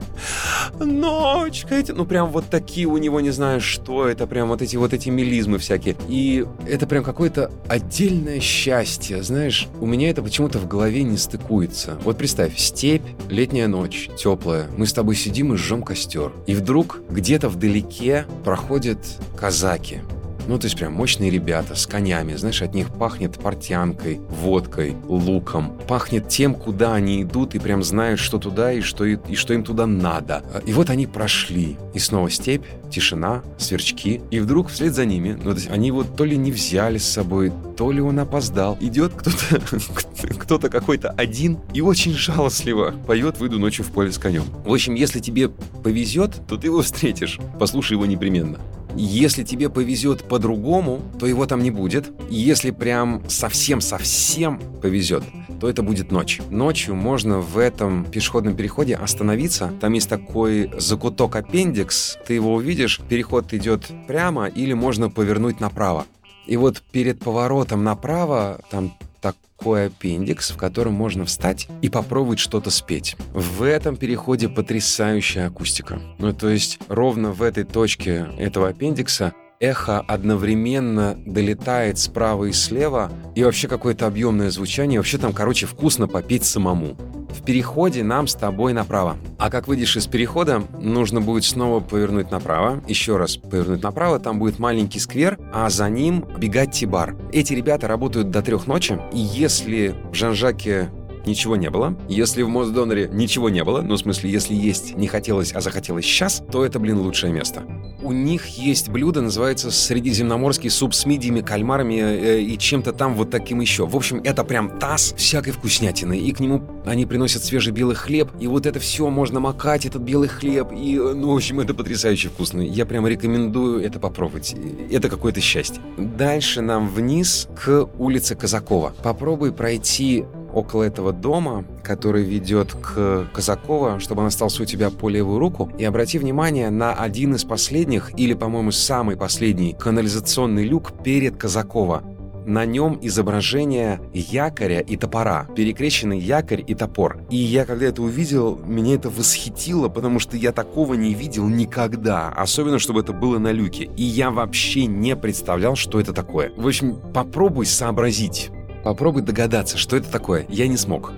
Ночка. Прям вот такие у него, не знаю, что это. Прям вот эти мелизмы всякие. И это прям какое-то отдельное счастье. Знаешь, у меня это почему-то в голове не стыкуется. Вот представь, степь, летняя ночь, теплая. Мы с тобой сидим и жжем костер. И вдруг где-то вдалеке проходят казаки. То есть прям мощные ребята с конями. Знаешь, от них пахнет портянкой, водкой, луком. Пахнет тем, куда они идут, и прям знают, что туда и что им туда надо. И вот они прошли. И снова степь, тишина, сверчки. И вдруг вслед за ними, то есть они его то ли не взяли с собой, то ли он опоздал. Идет кто-то какой-то один и очень жалостливо поет «Выйду ночью в поле с конем». В общем, если тебе повезет, то ты его встретишь. Послушай его непременно. Если тебе повезет по-другому, то его там не будет. Если прям совсем-совсем повезет, то это будет ночь. Ночью можно в этом пешеходном переходе остановиться. Там есть такой закуток аппендикс. Ты его увидишь, переход идет прямо или можно повернуть направо. И вот перед поворотом направо там такой аппендикс, в котором можно встать и попробовать что-то спеть. В этом переходе потрясающая акустика. То есть ровно в этой точке этого аппендикса эхо одновременно долетает справа и слева, и вообще какое-то объемное звучание. Вообще там, вкусно попеть самому. В переходе нам с тобой направо. А как выйдешь из перехода, нужно будет снова повернуть направо, еще раз повернуть направо, там будет маленький сквер, а за ним Бигатти-бар. Эти ребята работают до 3 ночи, и если в Жан-Жаке ничего не было, если в Мосдоноре ничего не было, в смысле, если есть не хотелось, а захотелось сейчас, то это, лучшее место. У них есть блюдо, называется средиземноморский суп с мидиями, кальмарами и чем-то там вот таким еще. В общем, это прям таз всякой вкуснятины. И к нему они приносят свежий белый хлеб, и вот это все можно макать, этот белый хлеб. И, в общем, это потрясающе вкусно. Я прям рекомендую это попробовать. Это какое-то счастье. Дальше нам вниз к улице Казакова. Попробуй пройти около этого дома, который ведет к Казакова, чтобы он остался у тебя по левую руку, и обрати внимание на один из последних, или, по-моему, самый последний канализационный люк перед Казакова. На нем изображение якоря и топора, перекрещенный якорь и топор. И я, когда это увидел, меня это восхитило, потому что я такого не видел никогда, особенно, чтобы это было на люке. И я вообще не представлял, что это такое. В общем, попробуй сообразить. Попробуй догадаться, что это такое. Я не смог.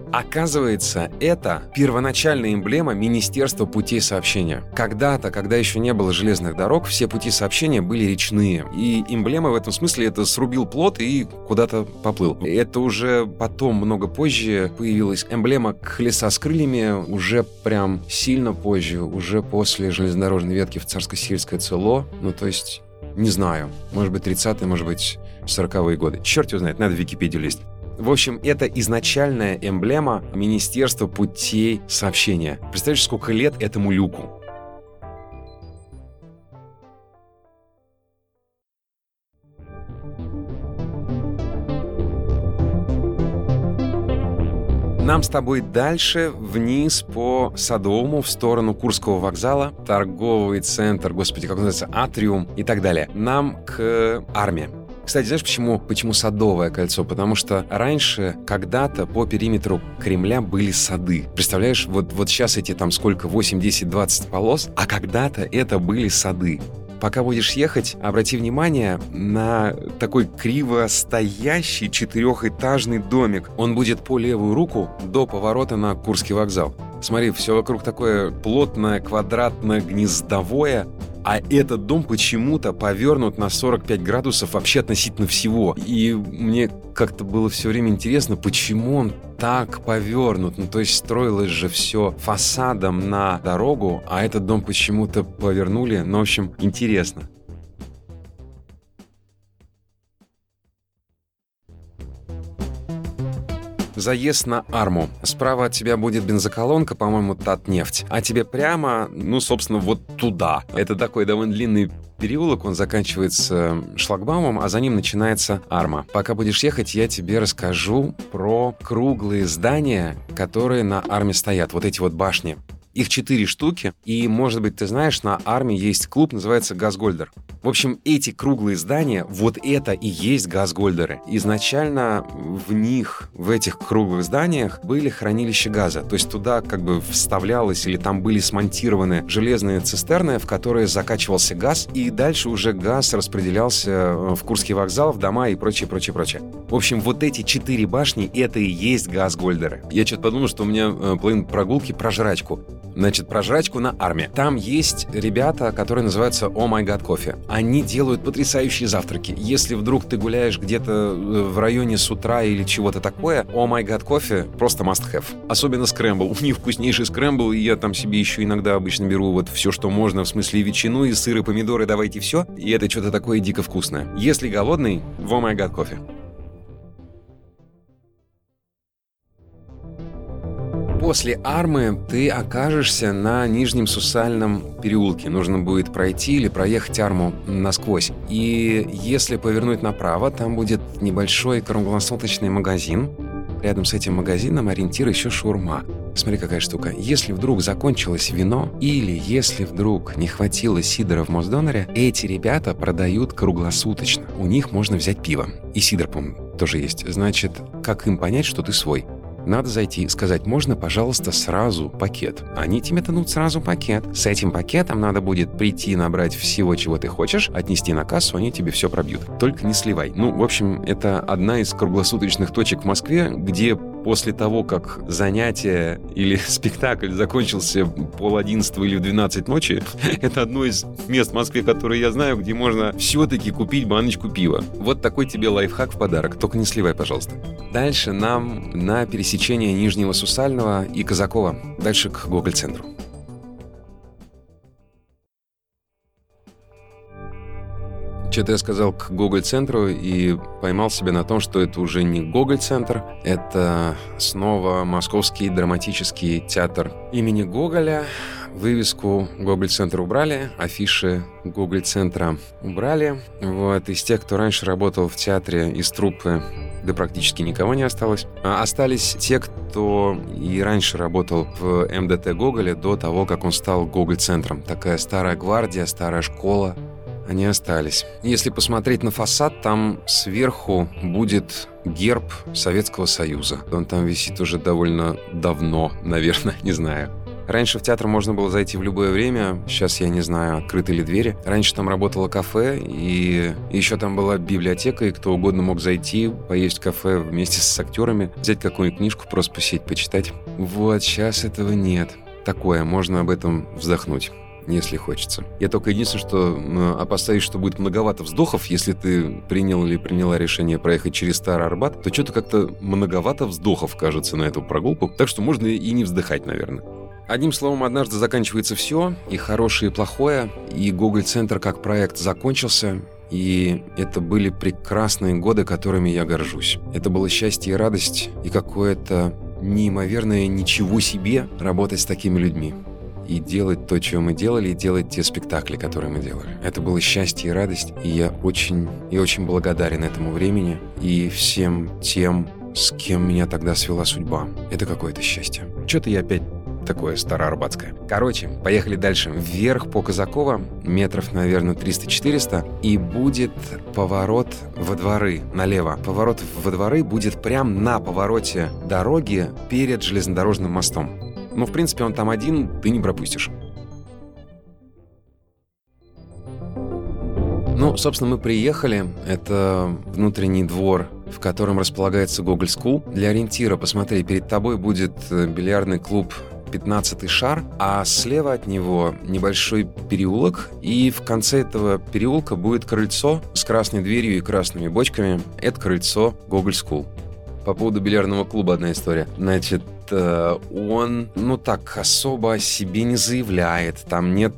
Оказывается, это первоначальная эмблема Министерства путей сообщения. Когда-то, когда еще не было железных дорог, все пути сообщения были речные. И эмблема в этом смысле — это срубил плот и куда-то поплыл. Это уже потом, много позже, появилась эмблема колеса с крыльями, уже прям сильно позже, уже после железнодорожной ветки в Царско-сельское село. Ну, то есть, не знаю, может быть, 30-е, может быть, 40-е годы. Черт его знает, надо в Википедию лезть. В общем, это изначальная эмблема Министерства путей сообщения. Представляешь, сколько лет этому люку? Нам с тобой дальше вниз по Садовому в сторону Курского вокзала, торговый центр, господи, как он называется, Атриум и так далее. Нам к Арме. Кстати, знаешь, почему Садовое кольцо? Потому что раньше, когда-то по периметру Кремля были сады. Представляешь, вот сейчас эти там сколько, 8, 10, 20 полос, а когда-то это были сады. Пока будешь ехать, обрати внимание на такой криво стоящий четырехэтажный домик. Он будет по левую руку до поворота на Курский вокзал. Смотри, все вокруг такое плотное, квадратное, гнездовое. А этот дом почему-то повернут на 45 градусов вообще относительно всего. И мне как-то было все время интересно, почему он так повернут. Ну, то есть строилось же все фасадом на дорогу, а этот дом почему-то повернули. Ну, в общем, интересно. Заезд на Арму. Справа от тебя будет бензоколонка, по-моему, Татнефть. А тебе прямо, собственно, вот туда. Это такой довольно длинный переулок, он заканчивается шлагбаумом, а за ним начинается Арма. Пока будешь ехать, я тебе расскажу про круглые здания, которые на Арме стоят. Вот эти вот башни. Их 4 штуки, и, может быть, ты знаешь, на Арме есть клуб, называется «Газгольдер». В общем, эти круглые здания, вот это и есть газгольдеры. Изначально в них, в этих круглых зданиях, были хранилища газа. То есть туда как бы вставлялось или там были смонтированы железные цистерны, в которые закачивался газ, и дальше уже газ распределялся в Курский вокзал, в дома и прочее, прочее, прочее. В общем, вот эти 4 башни, это и есть газгольдеры. Я что-то подумал, что у меня половина прогулки про жрачку. Значит, про жрачку на Арме. Там есть ребята, которые называются Oh My God Coffee. Они делают потрясающие завтраки. Если вдруг ты гуляешь где-то в районе с утра или чего-то такое, Oh My God Coffee просто must have. Особенно скрэмбл. У них вкуснейший скрэмбл, и я там себе еще иногда обычно беру вот все, что можно, в смысле ветчину и сыр, и помидоры, давайте все. И это что-то такое дико вкусное. Если голодный, Oh My God Coffee. После Армы ты окажешься на Нижнем Сусальном переулке. Нужно будет пройти или проехать Арму насквозь. И если повернуть направо, там будет небольшой круглосуточный магазин. Рядом с этим магазином ориентир еще шаурма. Смотри, какая штука. Если вдруг закончилось вино, или если вдруг не хватило сидора в Моздоноре, эти ребята продают круглосуточно. У них можно взять пиво. И сидор, по-моему, тоже есть. Значит, как им понять, что ты свой? Надо зайти и сказать: можно, пожалуйста, сразу пакет. Они тебе дадут сразу пакет. С этим пакетом надо будет прийти, набрать всего, чего ты хочешь, отнести на кассу, они тебе все пробьют. Только не сливай. В общем, это одна из круглосуточных точек в Москве, где после того, как занятие или спектакль закончился 10:30 или в 12 ночи, это одно из мест в Москве, которые я знаю, где можно все-таки купить баночку пива. Вот такой тебе лайфхак в подарок. Только не сливай, пожалуйста. Дальше нам на пересечение Нижнего Сусального и Казакова. Дальше к Гоголь-центру. Что-то я сказал к Гоголь-центру и поймал себя на том, что это уже не Гоголь-центр, это снова Московский драматический театр имени Гоголя. Вывеску Гоголь-центра убрали, афиши Гоголь-центра убрали. Вот. Из тех, кто раньше работал в театре, из труппы, да практически никого не осталось. Остались те, кто и раньше работал в МДТ Гоголя до того, как он стал Гоголь-центром. Такая старая гвардия, старая школа. Они остались. Если посмотреть на фасад, там сверху будет герб Советского Союза. Он там висит уже довольно давно, наверное, не знаю. Раньше в театр можно было зайти в любое время. Сейчас я не знаю, открыты ли двери. Раньше там работало кафе, и еще там была библиотека, и кто угодно мог зайти, поесть в кафе вместе с актерами, взять какую-нибудь книжку, просто посидеть, почитать. Вот, сейчас этого нет. Такое, можно об этом вздохнуть, если хочется. Я только единственное, что опасаюсь, что будет многовато вздохов, если ты принял или приняла решение проехать через Старый Арбат, то что-то как-то многовато вздохов, кажется, на эту прогулку. Так что можно и не вздыхать, наверное. Одним словом, однажды заканчивается все, и хорошее, и плохое, и Гоголь-центр как проект закончился, и это были прекрасные годы, которыми я горжусь. Это было счастье и радость, и какое-то неимоверное ничего себе работать с такими людьми. И делать то, что мы делали, и делать те спектакли, которые мы делали. Это было счастье и радость, и я очень благодарен этому времени и всем тем, с кем меня тогда свела судьба. Это какое-то счастье. Что-то я опять такое староарбатское. Короче, поехали дальше. Вверх по Казакова, метров, наверное, 300-400, и будет поворот во дворы, налево. Поворот во дворы будет прямо на повороте дороги перед железнодорожным мостом. Ну, в принципе, он там один, ты не пропустишь. Ну, собственно, мы приехали. Это внутренний двор, в котором располагается Гоголь Скул. Для ориентира, посмотри, перед тобой будет бильярдный клуб «15-й шар», а слева от него небольшой переулок, и в конце этого переулка будет крыльцо с красной дверью и красными бочками. Это крыльцо Гоголь Скул. По поводу бильярдного клуба одна история. Значит, он, так особо о себе не заявляет. Там нет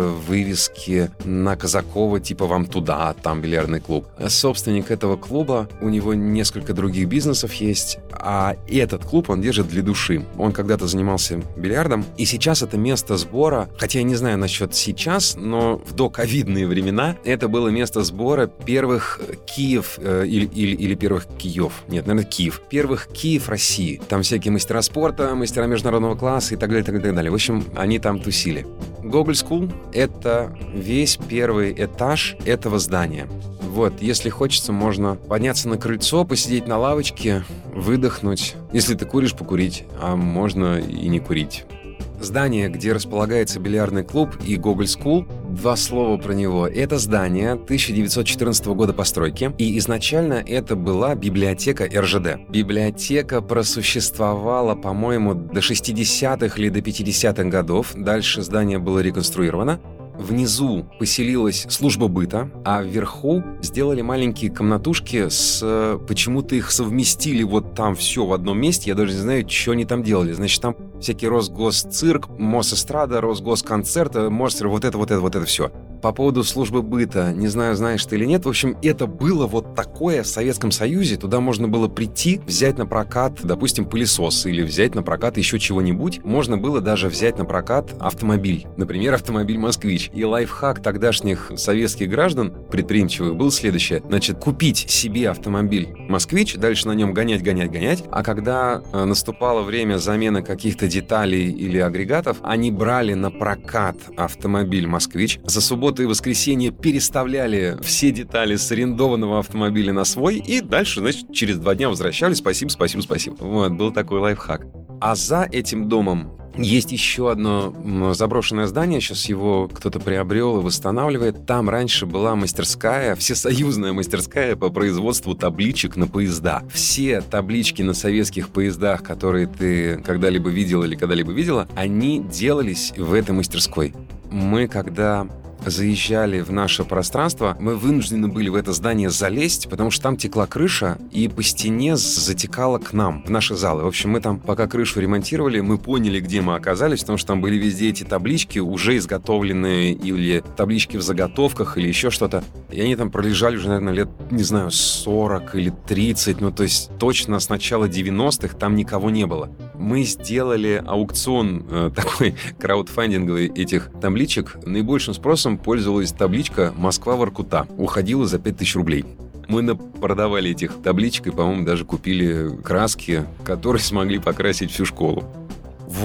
вывески на Казакова, типа «Вам туда», там бильярдный клуб. Собственник этого клуба, у него несколько других бизнесов есть, а этот клуб он держит для души. Он когда-то занимался бильярдом, и сейчас это место сбора, хотя я не знаю насчет сейчас, но в доковидные времена это было место сбора первых Киев или первых Киев. Нет, наверное, Киев. Первых Киев России. Там всякие мастера спорта, мастера международного класса и так далее, так далее. В общем, они там тусили. Гоголь Скул — это весь первый этаж этого здания. Вот, если хочется, можно подняться на крыльцо, посидеть на лавочке, выдохнуть. Если ты куришь, покурить, а можно и не курить. Здание, где располагается бильярдный клуб и Гоголь Скул, два слова про него. Это здание 1914 года постройки, и изначально это была библиотека РЖД. Библиотека просуществовала, по-моему, до 60-х или до 50-х годов. Дальше здание было реконструировано. Внизу поселилась служба быта, а вверху сделали маленькие комнатушки почему-то их совместили вот там все в одном месте. Я даже не знаю, что они там делали. Значит, там всякий Росгосцирк, Мосэстрада, Росгосконцерт, Мостер, вот это все. По поводу службы быта, не знаю, знаешь ты или нет, в общем, это было вот такое в Советском Союзе. Туда можно было прийти, взять на прокат, допустим, пылесос, или взять на прокат еще чего-нибудь. Можно было даже взять на прокат автомобиль, например, автомобиль «Москвич». И лайфхак тогдашних советских граждан, предприимчивых, был следующее. Значит, купить себе автомобиль «Москвич», дальше на нем гонять, а когда наступало время замены каких-то деталей или агрегатов, они брали на прокат автомобиль «Москвич», за субботу и воскресенье переставляли все детали с арендованного автомобиля на свой, и дальше, значит, через 2 дня возвращались. Спасибо. Вот, был такой лайфхак. А за этим домом есть еще одно заброшенное здание, сейчас его кто-то приобрел и восстанавливает. Там раньше была мастерская, всесоюзная мастерская по производству табличек на поезда. Все таблички на советских поездах, которые ты когда-либо видел или когда-либо видела, они делались в этой мастерской. Мы, когда заезжали в наше пространство, мы вынуждены были в это здание залезть, потому что там текла крыша, и по стене затекала к нам, в наши залы. В общем, мы там, пока крышу ремонтировали, мы поняли, где мы оказались, потому что там были везде эти таблички, уже изготовленные, или таблички в заготовках, или еще что-то. И они там пролежали уже, наверное, лет, не знаю, 40 или 30, то есть точно с начала 90-х там никого не было. Мы сделали аукцион такой краудфандинговый этих табличек. Наибольшим спросом пользовалась табличка «Москва-Воркута». Уходила за 5000 рублей. Мы продавали этих табличек и, по-моему, даже купили краски, которые смогли покрасить всю школу. Вот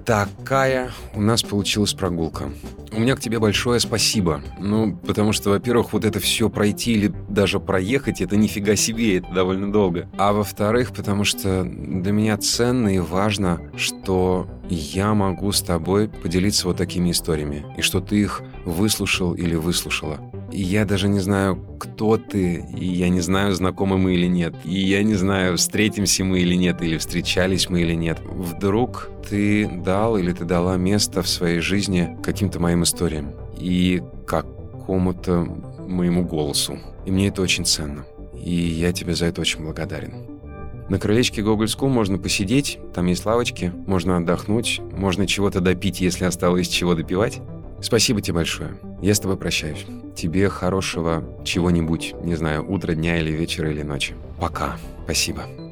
Такая у нас получилась прогулка. У меня к тебе большое спасибо. Потому что, во-первых, вот это все пройти или даже проехать, это нифига себе, это довольно долго. А во-вторых, потому что для меня ценно и важно, что я могу с тобой поделиться вот такими историями, и что ты их выслушал или выслушала. И я даже не знаю, кто ты, и я не знаю, знакомы мы или нет, и я не знаю, встретимся мы или нет, или встречались мы или нет. Вдруг ты дал или ты дала место в своей жизни каким-то моим историям и какому-то моему голосу. И мне это очень ценно. И я тебе за это очень благодарен. На крылечке Гоголь School можно посидеть, там есть лавочки, можно отдохнуть, можно чего-то допить, если осталось чего допивать. Спасибо тебе большое. Я с тобой прощаюсь. Тебе хорошего чего-нибудь, не знаю, утра, дня или вечера или ночи. Пока. Спасибо.